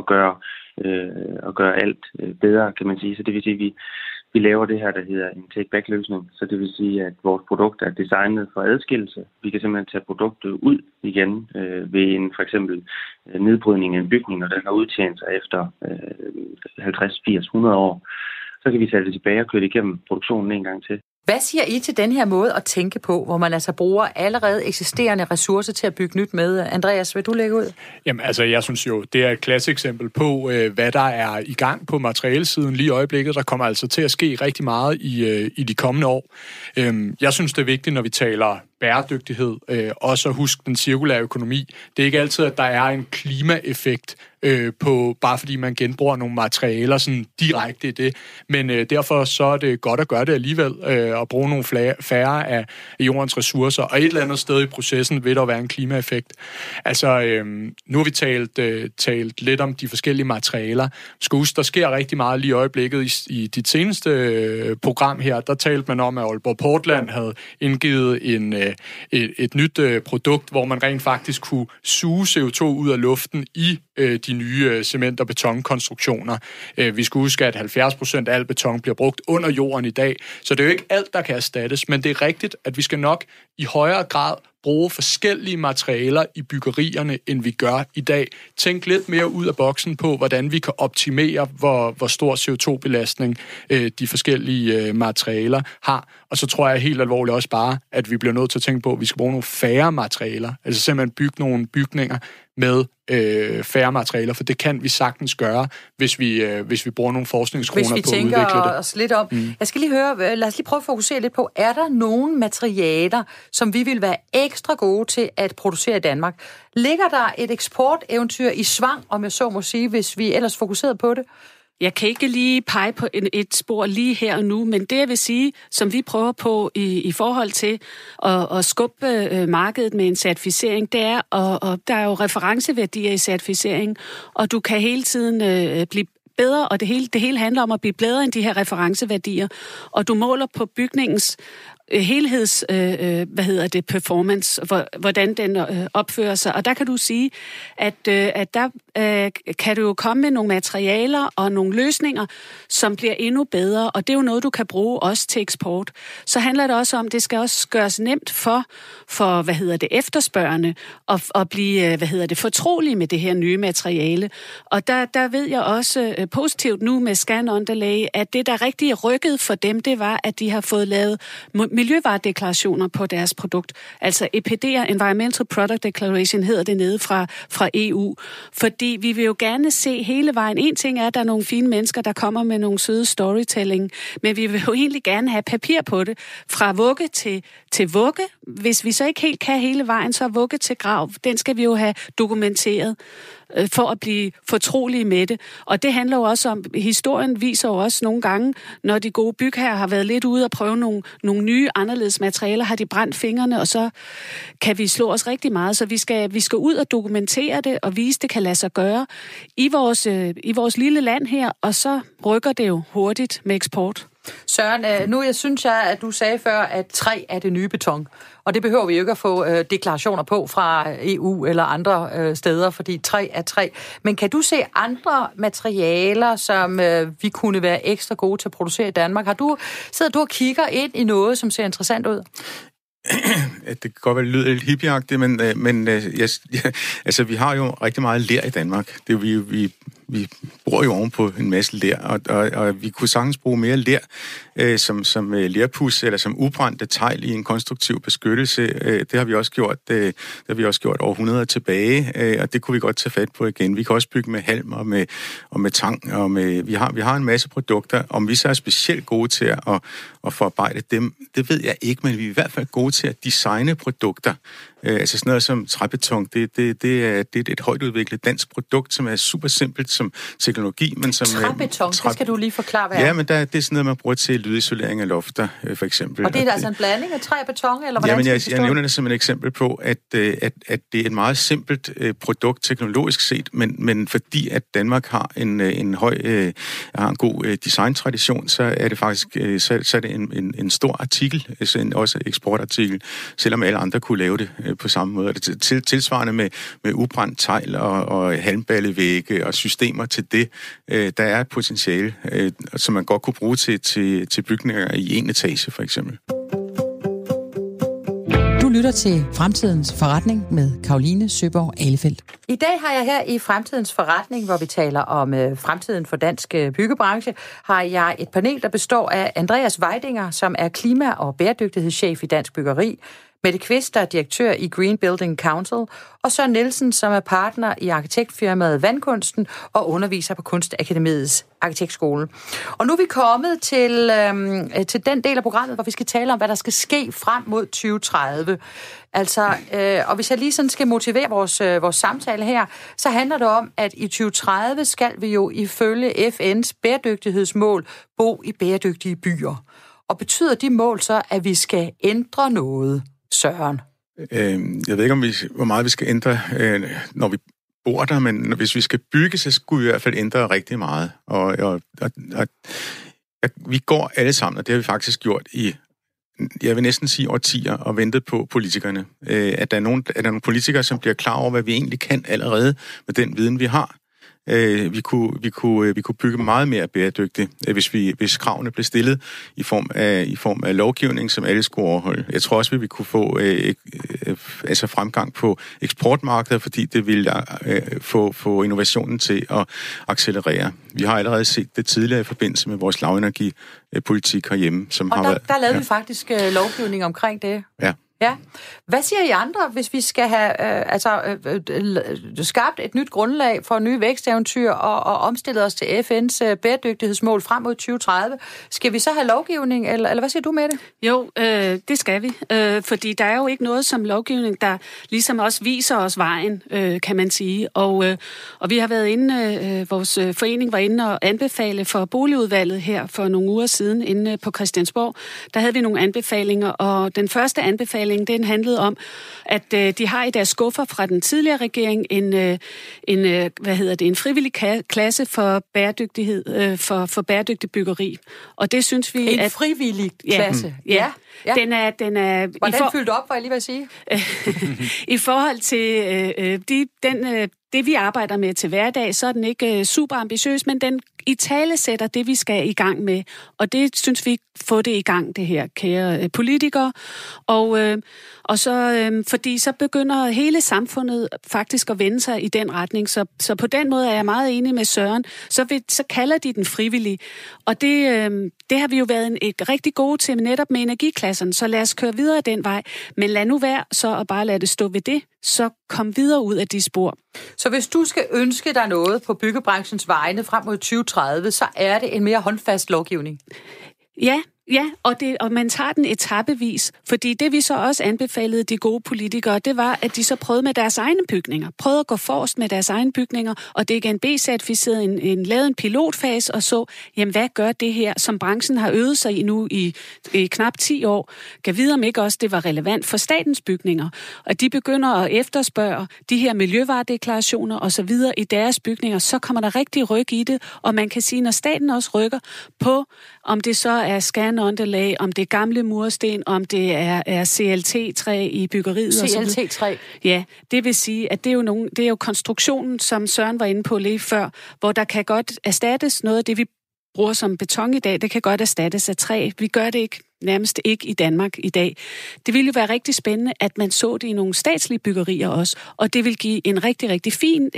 og gøre alt bedre, kan man sige. Så det vil sige, at vi laver det her, der hedder en take-back-løsning. Så det vil sige, at vores produkt er designet for adskillelse. Vi kan simpelthen tage produktet ud igen ved for eksempel nedbrydning af en bygning, når den har udtjent sig efter 50, 80, 100 år. Så kan vi tage det tilbage og køre det igennem produktionen en gang til. Hvad siger I til den her måde at tænke på, hvor man altså bruger allerede eksisterende ressourcer til at bygge nyt med? Andreas, vil du lægge ud? Jamen altså, jeg synes jo, det er et klassisk eksempel på, hvad der er i gang på materialesiden lige i øjeblikket. Der kommer altså til at ske rigtig meget i de kommende år. Jeg synes, det er vigtigt, når vi taler bæredygtighed, også at huske den cirkulære økonomi. Det er ikke altid, at der er en klimaeffekt bare fordi man genbruger nogle materialer sådan direkte i det. Men derfor så er det godt at gøre det alligevel, og bruge nogle færre af jordens ressourcer. Og et eller andet sted i processen vil der være en klimaeffekt. Altså, nu har vi talt lidt om de forskellige materialer. Skal huske, der sker rigtig meget lige i øjeblikket. I dit seneste program her, der talte man om, at Aalborg Portland havde indgivet et nyt produkt, hvor man rent faktisk kunne suge CO2 ud af luften i de nye cement- og betonkonstruktioner. Vi skal huske, at 70% af al beton bliver brugt under jorden i dag, så det er jo ikke alt, der kan erstattes, men det er rigtigt, at vi skal nok i højere grad bruge forskellige materialer i byggerierne, end vi gør i dag. Tænk lidt mere ud af boksen på, hvordan vi kan optimere, hvor stor CO2-belastning de forskellige materialer har. Og så tror jeg helt alvorligt også bare, at vi bliver nødt til at tænke på, at vi skal bruge nogle færre materialer. Altså simpelthen bygge nogle bygninger med færre materialer, for det kan vi sagtens gøre, hvis vi bruger nogle forskningskroner på at udvikle det. Hvis vi tænker os lidt om. Jeg skal lige høre, lad os lige prøve at fokusere lidt på, er der nogle materialer, som vi vil være ekstra gode til at producere i Danmark? Ligger der et eksporteventyr i svang, om jeg så må sige, hvis vi ellers fokuserer på det? Jeg kan ikke lige pege på et spor lige her og nu, men det jeg vil sige, som vi prøver på i forhold til at skubbe markedet med en certificering, det er, og der er jo referenceværdier i certificering, og du kan hele tiden blive bedre, og det hele handler om at blive bedre end de her referenceværdier, og du måler på bygningens helheds, performance, hvordan den opfører sig. Og der kan du sige, at der kan du jo komme med nogle materialer og nogle løsninger, som bliver endnu bedre, og det er jo noget, du kan bruge også til eksport. Så handler det også om, det skal også gøres nemt for efterspørgende at blive, fortrolige med det her nye materiale. Og der ved jeg også positivt nu med Scan Underlay, at det, der rigtig rykket for dem, det var, at de har fået lavet miljøvaredeklarationer på deres produkt. Altså EPD'er, Environmental Product Declaration, hedder det nede fra EU. Fordi vi vil jo gerne se hele vejen. En ting er, at der er nogle fine mennesker, der kommer med nogle søde storytelling, men vi vil jo egentlig gerne have papir på det. Fra vugge til vugge. Hvis vi så ikke helt kan hele vejen, så vugge til grav. Den skal vi jo have dokumenteret for at blive fortrolige med det. Og det handler jo også om, historien viser jo også nogle gange, når de gode bygherrer har været lidt ude og prøve nogle nye, anderledes materialer, har de brændt fingrene, og så kan vi slå os rigtig meget. Så vi skal ud og dokumentere det, og vise, det kan lade sig gøre i vores lille land her, og så rykker det jo hurtigt med eksport. Søren, synes jeg, at du sagde før, at træ er det nye beton. Og det behøver vi jo ikke at få deklarationer på fra EU eller andre steder, fordi træ er træ. Men kan du se andre materialer, som vi kunne være ekstra gode til at producere i Danmark? Sidder du og kigger ind i noget, som ser interessant ud? Det kan godt være, det lyder lidt hippieagtigt, men vi har jo rigtig meget ler i Danmark. Det er vi bruger jo ovenpå en masse ler, og vi kunne sagtens bruge mere ler som lerpus eller som ubrændte tegl i en konstruktiv beskyttelse. Det har vi også gjort århundreder tilbage, og det kunne vi godt tage fat på igen. Vi kan også bygge med halm og med tang, og vi har en masse produkter. Om vi så er specielt gode til at forarbejde dem, det ved jeg ikke, men vi er i hvert fald gode til at designe produkter. Altså sådan noget som træbeton, det er et højt udviklet dansk produkt, som er super simpelt som teknologi, men som... Træbeton, det skal du lige forklare, hvad er. Ja, men det er sådan noget, man bruger til lydisolering af lofter, for eksempel. Og det er altså en blanding af træ og beton, eller hvordan? Jamen, jeg nævner det som et eksempel på, at det er et meget simpelt produkt teknologisk set, men fordi at Danmark har en god designtradition, så er det faktisk så er det en stor artikel, også eksportartikel, selvom alle andre kunne lave det på samme måde. Det er tilsvarende med ubrændt tegl og halmballevægge og systemer til det. Der er et potentiale, som man godt kunne bruge til bygninger i en etage, for eksempel. Du lytter til Fremtidens Forretning med Caroline Søborg Ahlefeldt. I dag har jeg her i Fremtidens Forretning, hvor vi taler om fremtiden for dansk byggebranche, har jeg et panel, der består af Andreas Weidinger, som er klima- og bæredygtighedschef i Dansk Byggeri, Mette Kvist, der er direktør i Green Building Council, og Søren Nielsen, som er partner i arkitektfirmaet Vandkunsten og underviser på Kunstakademiets arkitektskole. Og nu er vi kommet til den del af programmet, hvor vi skal tale om, hvad der skal ske frem mod 2030. Altså, og hvis jeg lige sådan skal motivere vores samtale her, så handler det om, at i 2030 skal vi jo ifølge FN's bæredygtighedsmål bo i bæredygtige byer. Og betyder de mål så, at vi skal ændre noget, Søren? Jeg ved ikke, hvor meget vi skal ændre, når vi bor der, men hvis vi skal bygge, så skulle vi i hvert fald ændre rigtig meget. Og vi går alle sammen, og det har vi faktisk gjort jeg vil næsten sige årtier, og ventet på politikerne. Er der nogle politikere, som bliver klar over, hvad vi egentlig kan allerede med den viden, vi har? Vi kunne bygge meget mere bæredygtigt, hvis kravene blev stillet i form af lovgivning, som alle skulle overholde. Jeg tror også, at vi kunne få fremgang på eksportmarkedet, fordi det ville få innovationen til at accelerere. Vi har allerede set det tidligere i forbindelse med vores lavenergipolitik herhjemme. Der lavede vi faktisk lovgivning omkring det. Ja. Ja. Hvad siger I andre, hvis vi skal have skabt et nyt grundlag for nye væksteventyr og omstillet os til FN's bæredygtighedsmål frem mod 2030? Skal vi så have lovgivning, eller hvad siger du med det? Jo, det skal vi, fordi der er jo ikke noget som lovgivning, der ligesom også viser os vejen, kan man sige. Og vi har været inde, vores forening var inde og anbefale for boligudvalget her for nogle uger siden inde på Christiansborg. Der havde vi nogle anbefalinger, og den første anbefaling, den handlede om, at de har i deres skuffer fra den tidligere regering en frivillig klasse for bæredygtighed, for bæredygtig byggeri. Og det synes vi... En frivillig klasse? Ja. Den er hvordan fyldt op, var jeg lige ved at sige? I forhold til det, vi arbejder med til hverdag, så er den ikke super ambitiøs, men den italesætter det, vi skal i gang med. Og det synes vi får det i gang, det her, kære politikere. Og så, fordi så begynder hele samfundet faktisk at vende sig i den retning. Så på den måde er jeg meget enig med Søren. Så kalder de den frivillig. Og det har vi jo været rigtig gode til netop med energiklasserne. Så lad os køre videre den vej. Men lad nu være så at bare lade det stå ved det. Så kom videre ud af de spor. Så hvis du skal ønske dig noget på byggebranchens vegne frem mod 2030, så er det en mere håndfast lovgivning? Ja, og man tager den etapevis, fordi det vi så også anbefalede de gode politikere, det var, at de så prøvede med deres egne bygninger, prøvede at gå forrest med deres egne bygninger, og DGNB-certificerede lavede en pilotfase og så, jamen hvad gør det her, som branchen har øvet sig i nu i knap 10 år, kan vide om ikke også det var relevant for statens bygninger, og de begynder at efterspørge de her miljøvaredeklarationer og så videre i deres bygninger, så kommer der rigtig ryk i det, og man kan sige, når staten også rykker på, om det så er scan-underlag, om det er gamle mursten, om det er CLT-træ i byggeriet. CLT-træ? Ja, det vil sige, at det er jo konstruktionen, som Søren var inde på lige før, hvor der kan godt erstattes noget af det, vi bruger som beton i dag, det kan godt erstattes af træ. Vi gør det nærmest ikke i Danmark i dag. Det ville jo være rigtig spændende, at man så det i nogle statslige byggerier også, og det vil give en rigtig, rigtig fin,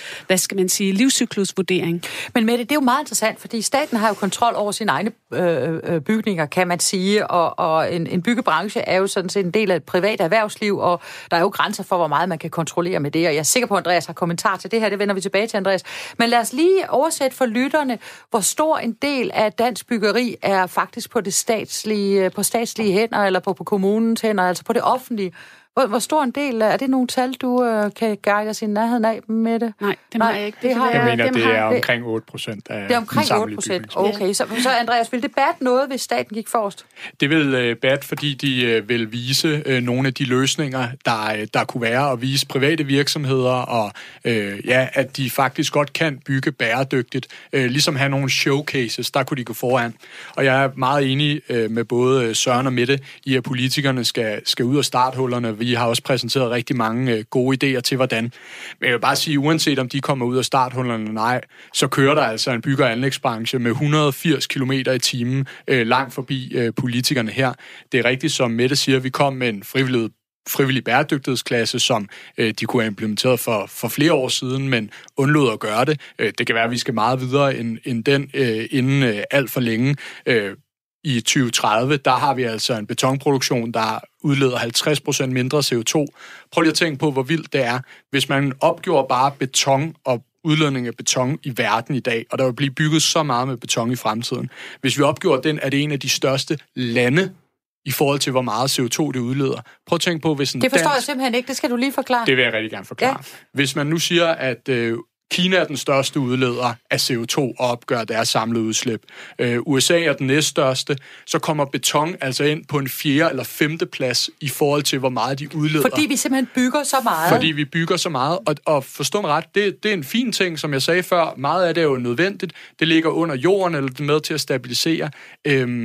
livscyklusvurdering. Men Mette, det er jo meget interessant, fordi staten har jo kontrol over sine egne bygninger, kan man sige, og en byggebranche er jo sådan set en del af et privat erhvervsliv, og der er jo grænser for, hvor meget man kan kontrollere med det, og jeg er sikker på, at Andreas har kommentar til det her, det vender vi tilbage til, Andreas. Men lad os lige oversætte for lytterne, hvor stor en del af dansk byggeri er faktisk på det statslige hænder, eller på kommunens hænder, altså på det offentlige. Hvor stor en del er det nogle tal, du kan guide os i nærheden af med det? Nej, dem har jeg ikke. Jeg mener, det er omkring 8% af det er omkring 8%. Okay, så Andreas, vil det batte noget, hvis staten gik forrest? Det vil batte, fordi de vil vise nogle af de løsninger, der kunne være, og vise private virksomheder, og at de faktisk godt kan bygge bæredygtigt. Ligesom have nogle showcases, der kunne de gå foran. Og jeg er meget enig med både Søren og Mette i, at politikerne skal ud af starthullerne. Vi har også præsenteret rigtig mange gode idéer til, hvordan. Men jeg vil bare sige, uanset om de kommer ud af starthullerne eller nej, så kører der altså en bygge- og anlægsbranche med 180 km i timen langt forbi politikerne her. Det er rigtigt, som Mette siger, vi kom med en frivillig bæredygtighedsklasse, som de kunne have implementeret for flere år siden, men undlod at gøre det. Det kan være, at vi skal meget videre end den inden alt for længe. I 2030, der har vi altså en betonproduktion, der udleder 50% mindre CO2. Prøv lige at tænke på, hvor vildt det er. Hvis man opgjorde bare beton og udledning af beton i verden i dag, og der vil blive bygget så meget med beton i fremtiden. Hvis vi opgjorde den, er det en af de største lande i forhold til, hvor meget CO2 det udleder. Prøv at tænke på, hvis en det forstår jeg simpelthen ikke, det skal du lige forklare. Det vil jeg rigtig gerne forklare. Ja. Hvis man nu siger, at Kina er den største udleder af CO2 og opgør deres samlede udslip. USA er den næststørste. Så kommer beton altså ind på en 4. eller 5. plads i forhold til, hvor meget de udleder. Fordi vi simpelthen bygger så meget. Fordi vi bygger så meget. Og forstå mig ret, det er en fin ting, som jeg sagde før. Meget af det er jo nødvendigt. Det ligger under jorden, eller det er med til at stabilisere.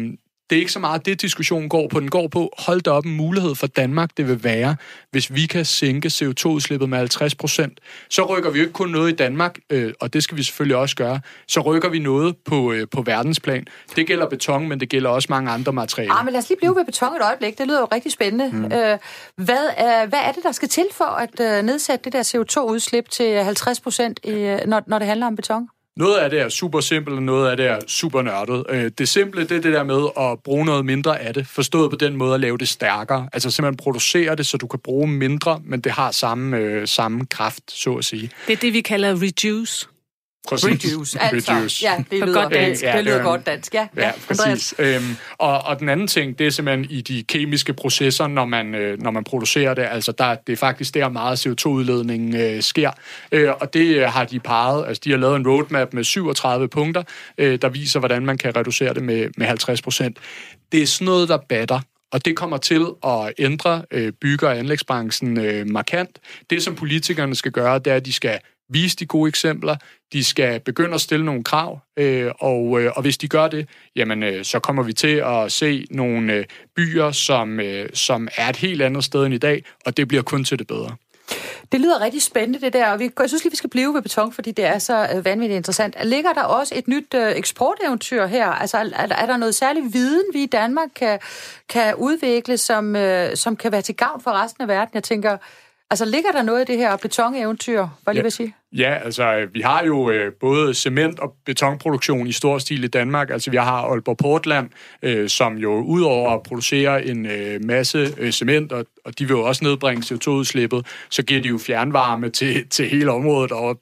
det er ikke så meget det, diskussionen går på. Den går på, hold da op en mulighed for Danmark, det vil være, hvis vi kan sænke CO2-udslippet med 50%. Så rykker vi jo ikke kun noget i Danmark, og det skal vi selvfølgelig også gøre. Så rykker vi noget på verdensplan. Det gælder beton, men det gælder også mange andre materialer. Men lad os lige blive ved beton et øjeblik. Det lyder jo rigtig spændende. Hvad er det, der skal til for at nedsætte det der CO2-udslip til 50%, når det handler om beton? Noget af det er super simpelt, og noget af det er super nørdet. Det simple, det er det der med at bruge noget mindre af det, forstået på den måde at lave det stærkere. Altså simpelthen producere det, så du kan bruge mindre, men det har samme kraft, så at sige. Det er det, vi kalder reduce. Reduce, altså. Reduce. Ja, det lyder godt dansk. Det lyder godt dansk, ja. Ja, præcis. Og den anden ting, det er simpelthen i de kemiske processer, når man producerer det. Altså, det er faktisk der meget CO2-udledning sker. Og det har de peget. Altså, de har lavet en roadmap med 37 punkter, der viser, hvordan man kan reducere det med 50%. Det er sådan noget, der batter. Og det kommer til at ændre bygge- og anlægsbranchen markant. Det, som politikerne skal gøre, det er, at de skal vise de gode eksempler, de skal begynde at stille nogle krav, og hvis de gør det, jamen, så kommer vi til at se nogle byer, som er et helt andet sted end i dag, og det bliver kun til det bedre. Det lyder rigtig spændende, det der, og jeg synes lige, vi skal blive ved beton, fordi det er så vanvittigt interessant. Ligger der også et nyt eksporteventyr her? Altså, er der noget særlig viden, vi i Danmark kan udvikle, som kan være til gavn for resten af verden? Jeg tænker, altså, ligger der noget i det her betoneventyr, hvad lige vil sige? Ja, altså, vi har jo både cement- og betonproduktion i stor stil i Danmark. Altså, vi har Aalborg Portland, som jo udover at producere en masse cement, og de vil jo også nedbringe CO2-udslippet, så giver de jo fjernvarme til hele området op.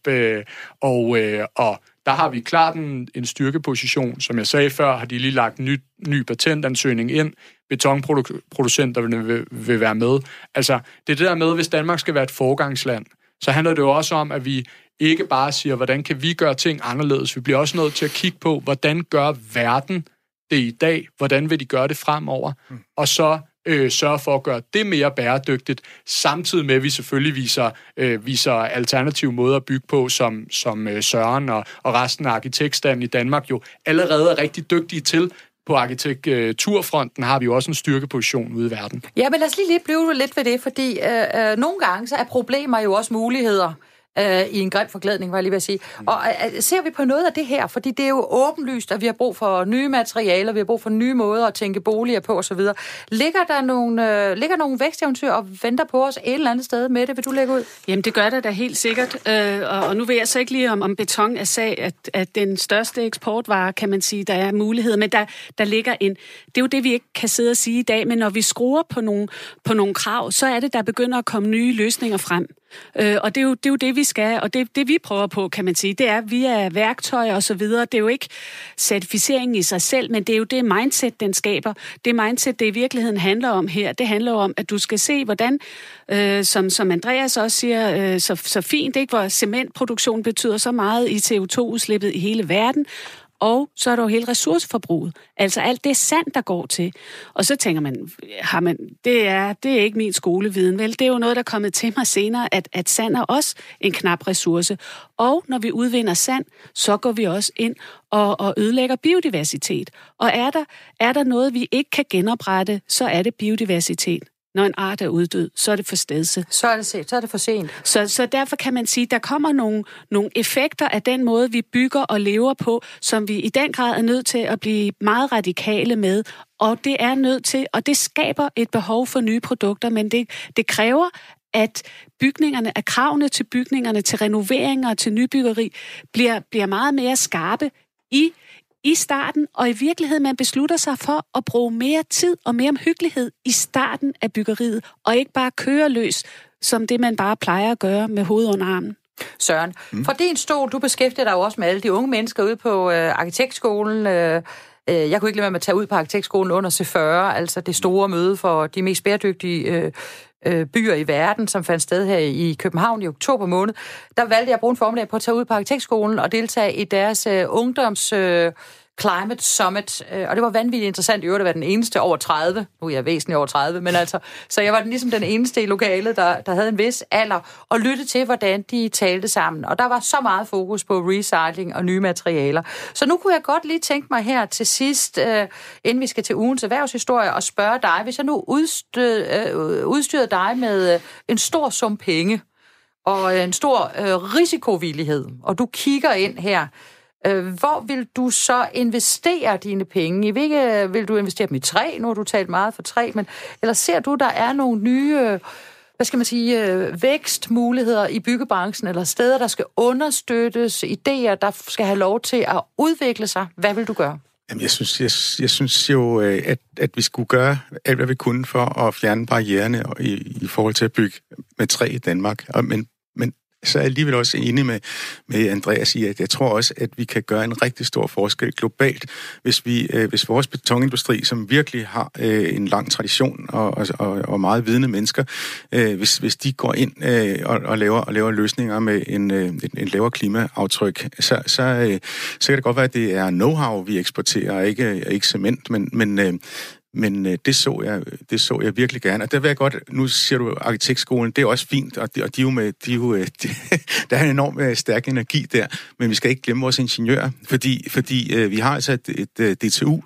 Og der har vi klart en styrkeposition. Som jeg sagde før, har de lige lagt en ny patentansøgning ind. Betonproducenterne vil være med. Altså, det er det der med, hvis Danmark skal være et foregangsland, så handler det jo også om, at vi ikke bare siger, hvordan kan vi gøre ting anderledes. Vi bliver også nødt til at kigge på, hvordan gør verden det i dag? Hvordan vil de gøre det fremover? Og så sørge for at gøre det mere bæredygtigt, samtidig med, at vi selvfølgelig viser alternative måder at bygge på, som Søren og resten af arkitektstanden i Danmark jo allerede er rigtig dygtige til. På arkitekturfronten har vi jo også en styrkeposition ude i verden. Ja, men lad os lige blive lidt ved det, fordi nogle gange så er problemer jo også muligheder i en grim forklædning, var jeg lige ved at sige. Og ser vi på noget af det her, fordi det er jo åbenlyst, at vi har brug for nye materialer, vi har brug for nye måder at tænke boliger på osv. Ligger der nogle væksteventyr og venter på os et eller andet sted med det? Vil du lægge ud? Jamen, det gør der da helt sikkert. Og nu ved jeg så ikke lige om beton er sag, at den største eksportvare, kan man sige, der er muligheder. Men der ligger det er jo det, vi ikke kan sidde og sige i dag, men når vi skruer på nogle krav, så er det, der begynder at komme nye løsninger frem. Og det er jo det, vi skal, og det vi prøver på, kan man sige, det er via værktøjer og så videre. Det er jo ikke certificeringen i sig selv, men det er jo det mindset, den skaber. Det mindset, det i virkeligheden handler om her, det handler om, at du skal se, hvordan, som Andreas også siger, så fint, ikke, hvor cementproduktion betyder så meget i CO2-udslippet i hele verden. Og så er der jo hele ressourceforbruget. Altså alt det sand, der går til. Og så tænker man, det er ikke min skoleviden, vel? Det er jo noget, der er kommet til mig senere, at sand er også en knap ressource. Og når vi udvinder sand, så går vi også ind og ødelægger biodiversitet. Og er der noget, vi ikke kan genoprette, så er det biodiversitet. Når en art er uddød, så er det for stedse. Så er det for sent. Så derfor kan man sige, at der kommer nogle effekter af den måde, vi bygger og lever på, som vi i den grad er nødt til at blive meget radikale med. Og det er nødt til, og det skaber et behov for nye produkter, men det kræver, at kravene til bygningerne, til renoveringer og til nybyggeri, bliver meget mere skarpe i starten, og i virkeligheden man beslutter sig for at bruge mere tid og mere omhyggelighed i starten af byggeriet, og ikke bare køre løs, som det man bare plejer at gøre med hovedet under armen. Søren, fra din stol, du beskæftiger dig jo også med alle de unge mennesker ude på arkitektskolen. Jeg kunne ikke lade være med at tage ud på arkitektskolen under C40, altså det store møde for de mest bæredygtige byer i verden, som fandt sted her i København i oktober måned. Der valgte jeg at bruge en formiddag på at tage ud på arkitektskolen og deltage i deres Climate Summit, og det var vanvittigt interessant i øvrigt at være den eneste over 30. Nu er jeg væsentligt over 30, men altså, så jeg var ligesom den eneste i lokalet, der havde en vis alder, og lytte til, hvordan de talte sammen. Og der var så meget fokus på recycling og nye materialer. Så nu kunne jeg godt lige tænke mig her til sidst, inden vi skal til ugens erhvervshistorie, og spørge dig, hvis jeg nu udstyrede dig med en stor sum penge, og en stor risikovillighed, og du kigger ind her, hvor vil du så investere dine penge? I hvilke vil du investere dem i træ? Nu har du talt meget for træ, men eller ser du, der er nogle nye, vækstmuligheder i byggebranchen, eller steder, der skal understøttes, idéer, der skal have lov til at udvikle sig? Hvad vil du gøre? Jamen, jeg synes jo, at vi skulle gøre alt, hvad vi kunne for at fjerne barriererne i forhold til at bygge med træ i Danmark. Men så er jeg alligevel også enig med Andreas i, at jeg tror også, at vi kan gøre en rigtig stor forskel globalt, hvis vores betonindustri, som virkelig har en lang tradition og meget vidende mennesker, hvis de går ind og laver løsninger med en lavere klimaaftryk, så kan det godt være, at det er know-how, vi eksporterer, ikke cement, men det så jeg virkelig gerne. Og der vil jeg godt, nu siger du arkitektskolen, det er også fint, og der er en enormt stærk energi der, men vi skal ikke glemme vores ingeniører, fordi vi har altså et DTU,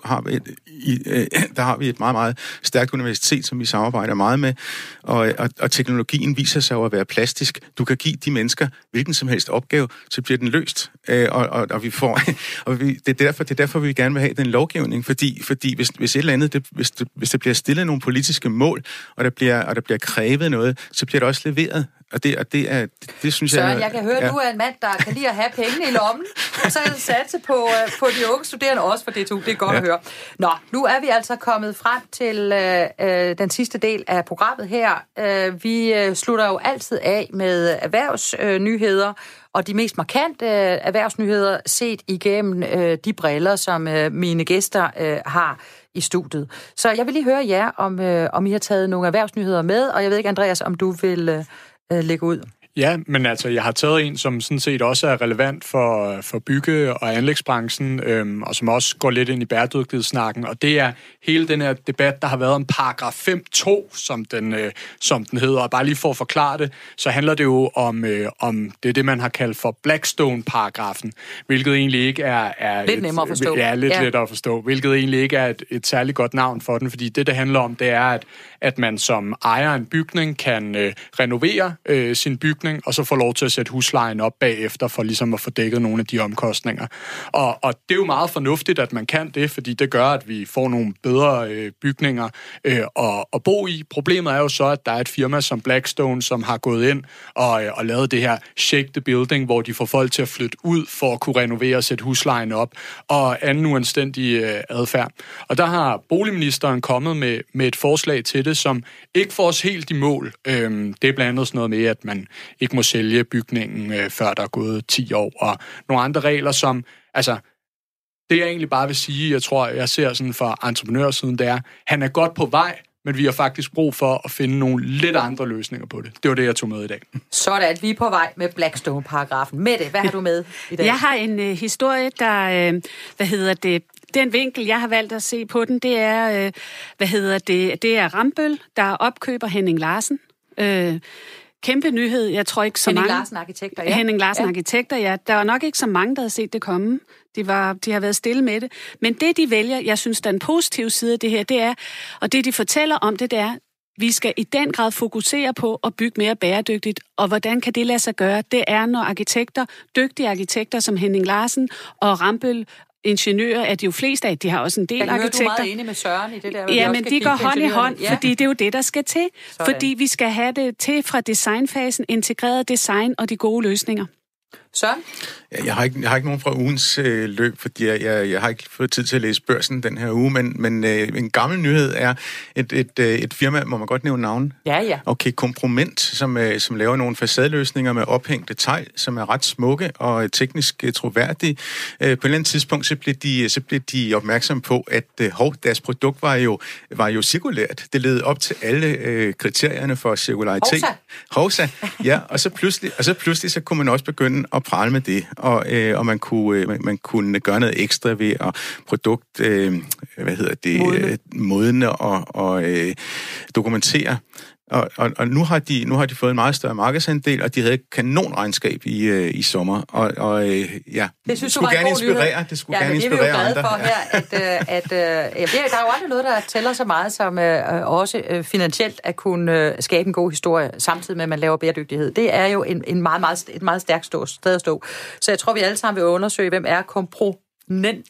der har vi et meget, meget stærkt universitet, som vi samarbejder meget med, og teknologien viser sig jo at være plastisk. Du kan give de mennesker hvilken som helst opgave, så bliver den løst, og vi får, det er derfor, vi gerne vil have den lovgivning, fordi hvis et eller andet, hvis der bliver stillet nogle politiske mål, og der bliver krævet noget, så bliver det også leveret. Og det synes jeg... Søren, jeg kan høre, at du er en mand, der kan lide at have pengene i lommen, og så er det satse på de unge studerende også for DTU. Det er godt at høre. Nå, nu er vi altså kommet frem til den sidste del af programmet her. Vi slutter jo altid af med erhvervsnyheder, og de mest markante erhvervsnyheder set igennem de briller, som mine gæster har i studiet. Så jeg vil lige høre jer, om I har taget nogle erhvervsnyheder med, og jeg ved ikke, Andreas, om du vil lægge ud. Ja, men altså, jeg har taget en, som sådan set også er relevant for bygge- og anlægsbranchen, og som også går lidt ind i bæredygtighedssnakken, og det er hele den her debat, der har været om paragraf 5.2, som den hedder. Og bare lige for at forklare det, så handler det jo om det, man har kaldt for Blackstone-paragrafen, hvilket egentlig ikke er lidt nemmere at forstå. Ja, lettere at forstå, hvilket egentlig ikke er et særligt godt navn for den, fordi det handler om, det er, at man som ejer af en bygning kan renovere sin bygning, og så få lov til at sætte huslejen op bagefter, for ligesom at få dækket nogle af de omkostninger. Og det er jo meget fornuftigt, at man kan det, fordi det gør, at vi får nogle bedre bygninger at bo i. Problemet er jo så, at der er et firma som Blackstone, som har gået ind og lavet det her Shake the Building, hvor de får folk til at flytte ud for at kunne renovere og sætte huslejen op, og anden uanstændig adfærd. Og der har boligministeren kommet med et forslag til det, som ikke får os helt i mål. Det er blandt andet sådan noget med, at man ikke må sælge bygningen, før der er gået 10 år, og nogle andre regler, som, altså, det jeg egentlig bare vil sige, jeg tror, jeg ser sådan fra entreprenørsiden, det er, han er godt på vej, men vi har faktisk brug for at finde nogle lidt andre løsninger på det. Det var det, jeg tog med i dag. Sådan, vi er på vej med Blackstone-paragrafen. Mette, hvad har du med i dag? Jeg har en historie, der, den vinkel, jeg har valgt at se på den, det er, det er Rambøll, der opkøber Henning Larsen. Kæmpe nyhed. Jeg tror ikke så mange... Henning Larsen Arkitekter, ja. Henning Larsen Arkitekter, ja. Der var nok ikke så mange, der havde set det komme. De har været stille med det. Men det, de vælger, jeg synes, der er en positiv side af det her, det er, og det, de fortæller om det, er, vi skal i den grad fokusere på at bygge mere bæredygtigt. Og hvordan kan det lade sig gøre? Det er, når dygtige arkitekter som Henning Larsen og Rambøll, ingeniører er de jo flest af, de har også en del arkitekter. Jeg hører, du er meget enig med Søren i det der. Ja, men de går hånd i hånd, fordi det er jo det, der skal til. Sådan. Fordi vi skal have det til fra designfasen, integreret design og de gode løsninger. Søren? Ja, jeg har ikke nogen fra ugens løb, fordi jeg har ikke fået tid til at læse Børsen den her uge, men en gammel nyhed er et firma, må man godt nævne navn? Ja. Okay, Komproment, som laver nogle facadeløsninger med ophængte tegl, som er ret smukke og teknisk troværdige. På et eller andet tidspunkt, så blev de opmærksomme på, at deres produkt var jo cirkulært. Det led op til alle kriterierne for cirkularitet. Hovsa, ja, og så pludselig så kunne man også begynde at prale med det, og man kunne gøre noget ekstra ved at modne og dokumentere. Og nu har de fået en meget større markedsandel, og de havde et kanonregnskab i sommer. Det synes skulle gerne inspirere. Det skulle gerne inspirere andre. Det er vi jo glade for her, der er jo aldrig noget, der tæller så meget som også finansielt at kunne skabe en god historie, samtidig med, at man laver bæredygtighed. Det er jo et meget stærkt sted at stå. Så jeg tror, vi alle sammen vil undersøge, hvem er komproment.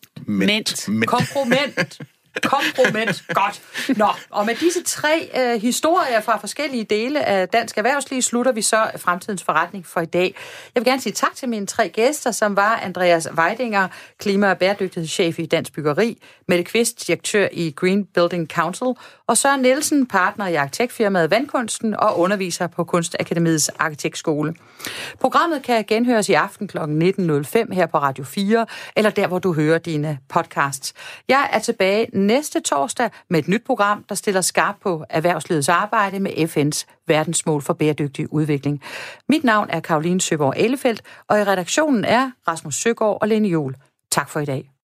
Godt. Nå, og med disse 3 historier fra forskellige dele af dansk erhvervsliv, slutter vi så fremtidens forretning for i dag. Jeg vil gerne sige tak til mine 3 gæster, som var Andreas Weidinger, klima- og bæredygtighedschef i Dansk Byggeri, Mette Kvist, direktør i Green Building Council, og Søren Nielsen, partner i arkitektfirmaet Vandkunsten og underviser på Kunstakademiets Arkitektskole. Programmet kan genhøres i aften kl. 19.05 her på Radio 4, eller der, hvor du hører dine podcasts. Jeg er tilbage næste torsdag med et nyt program, der stiller skarp på erhvervslivets arbejde med FN's verdensmål for bæredygtig udvikling. Mit navn er Caroline Søgaard Ahlefeldt, og i redaktionen er Rasmus Søgaard og Lene Juhl. Tak for i dag.